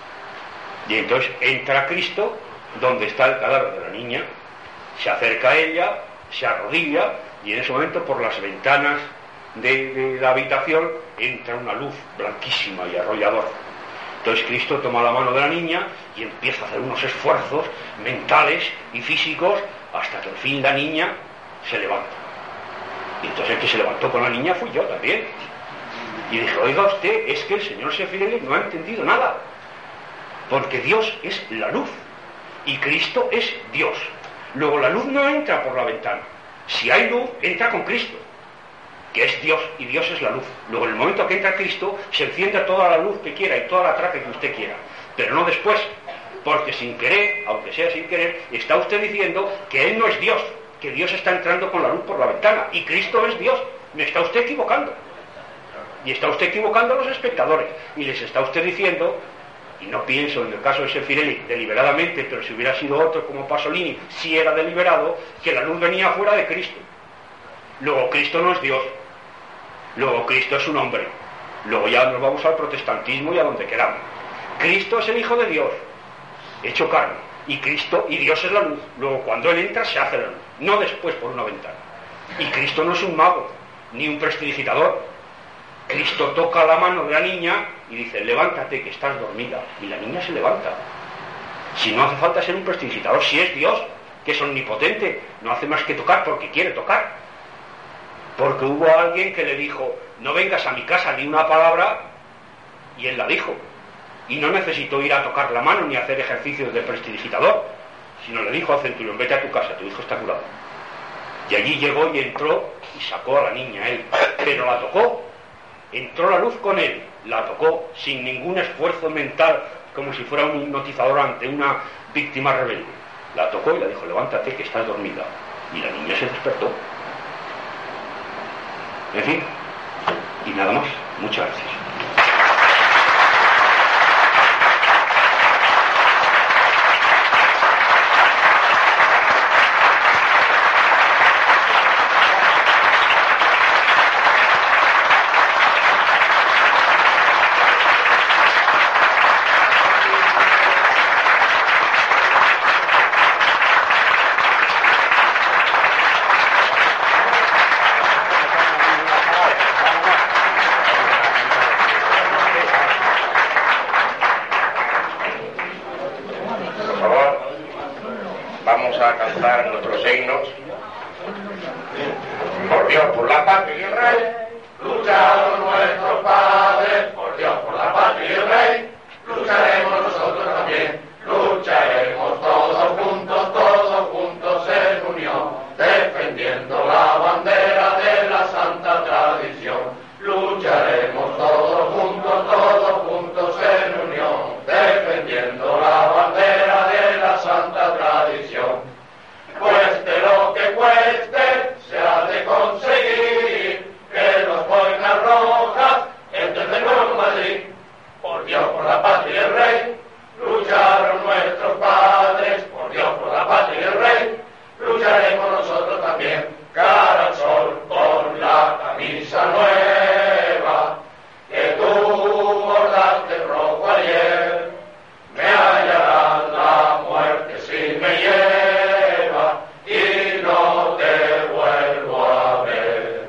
Y entonces entra Cristo, donde está el cadáver de la niña, se acerca a ella, se arrodilla, y en ese momento por las ventanas de, de la habitación entra una luz blanquísima y arrolladora. Entonces Cristo toma la mano de la niña y empieza a hacer unos esfuerzos mentales y físicos hasta que al fin la niña se levanta. Y entonces el que se levantó con la niña fui yo también. Y dije, oiga usted, es que el señor Sefirelli no ha entendido nada, porque Dios es la luz y Cristo es Dios. Luego la luz no entra por la ventana. Si hay luz, entra con Cristo, que es Dios, y Dios es la luz. Luego en el momento que entra Cristo, se enciende toda la luz que quiera y toda la traque que usted quiera, pero no después, porque sin querer, aunque sea sin querer, está usted diciendo que Él no es Dios, que Dios está entrando con la luz por la ventana, y Cristo es Dios. Me está usted equivocando, y está usted equivocando a los espectadores, y les está usted diciendo, y no pienso en el caso de Sefirelli deliberadamente, pero si hubiera sido otro como Pasolini, si era deliberado, que la luz venía fuera de Cristo. Luego Cristo no es Dios, luego Cristo es un hombre, luego ya nos vamos al protestantismo y a donde queramos. Cristo es el Hijo de Dios, hecho carne, y Cristo y Dios es la luz. Luego cuando Él entra se hace la luz, no después por una ventana. Y Cristo no es un mago, ni un prestidigitador. Cristo toca la mano de la niña y dice, levántate que estás dormida, y la niña se levanta. Si no hace falta ser un prestidigitador, si es Dios, que es omnipotente, no hace más que tocar porque quiere tocar. Porque hubo alguien que le dijo, no vengas a mi casa ni una palabra, y él la dijo, y no necesitó ir a tocar la mano ni hacer ejercicios de prestidigitador, sino le dijo al centurión, vete a tu casa, tu hijo está curado. Y allí llegó y entró y sacó a la niña él, pero la tocó, entró la luz con él, la tocó sin ningún esfuerzo mental, como si fuera un hipnotizador ante una víctima rebelde. La tocó y le dijo, levántate que estás dormida. Y la niña se despertó. En fin, y nada más. Muchas gracias. A cantar nuestros himnos. Por Dios, por la patria y el rey, lucharon nuestros padres. Por Dios, por la patria y el rey, lucharemos nosotros también. Lucharemos todos juntos, todos juntos en unión, defendiendo la bandera de la santa tradición. Lucharemos todos juntos, todos juntos en unión, defendiendo la bandera de la santa tradición. Cueste lo que cueste, se ha de conseguir que los boinas rojas entren de nuevo en Madrid. Por Dios, por la patria y el rey, lucharon nuestros padres. Por Dios, por la patria y el rey, lucharemos nosotros también. Cara al sol con la camisa nueva que tú bordaste rojo ayer. Me hallarán la muerte si me lleva y no te vuelvo a ver.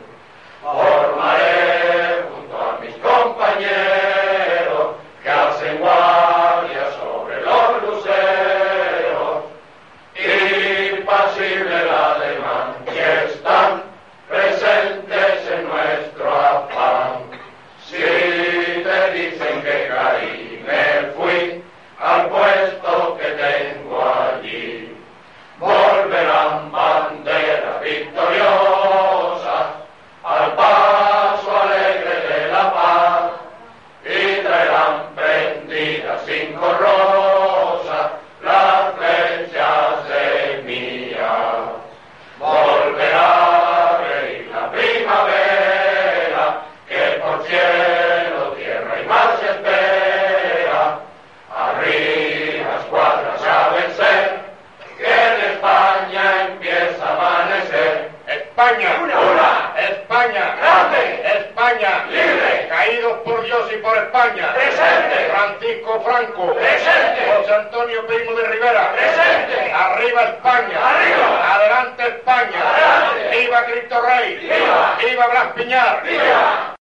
Formaré junto a mis compañeros que hacen guardia sobre los luceros, impasible el ademán, y están presentes en nuestro afán. Si te dicen que caí, me fui al puesto que tengo allí. Volverán banderas victoriosas al paso alegre de la paz y traerán prendidas cinco rosas las flechas de mía. Volverá a reír la primavera que por cielo, tierra y mar se espera. Arriba escuadras a vencer, que en España empieza a amanecer. España, una, una. España, grande. España, libre. Caídos por Dios y por España. Presente. Francisco Franco. Presente. José Antonio Primo de Rivera. Presente. Arriba España. Arriba. Adelante España. Adelante. Viva Cristo Rey. Viva. Viva Blas Piñar. Viva.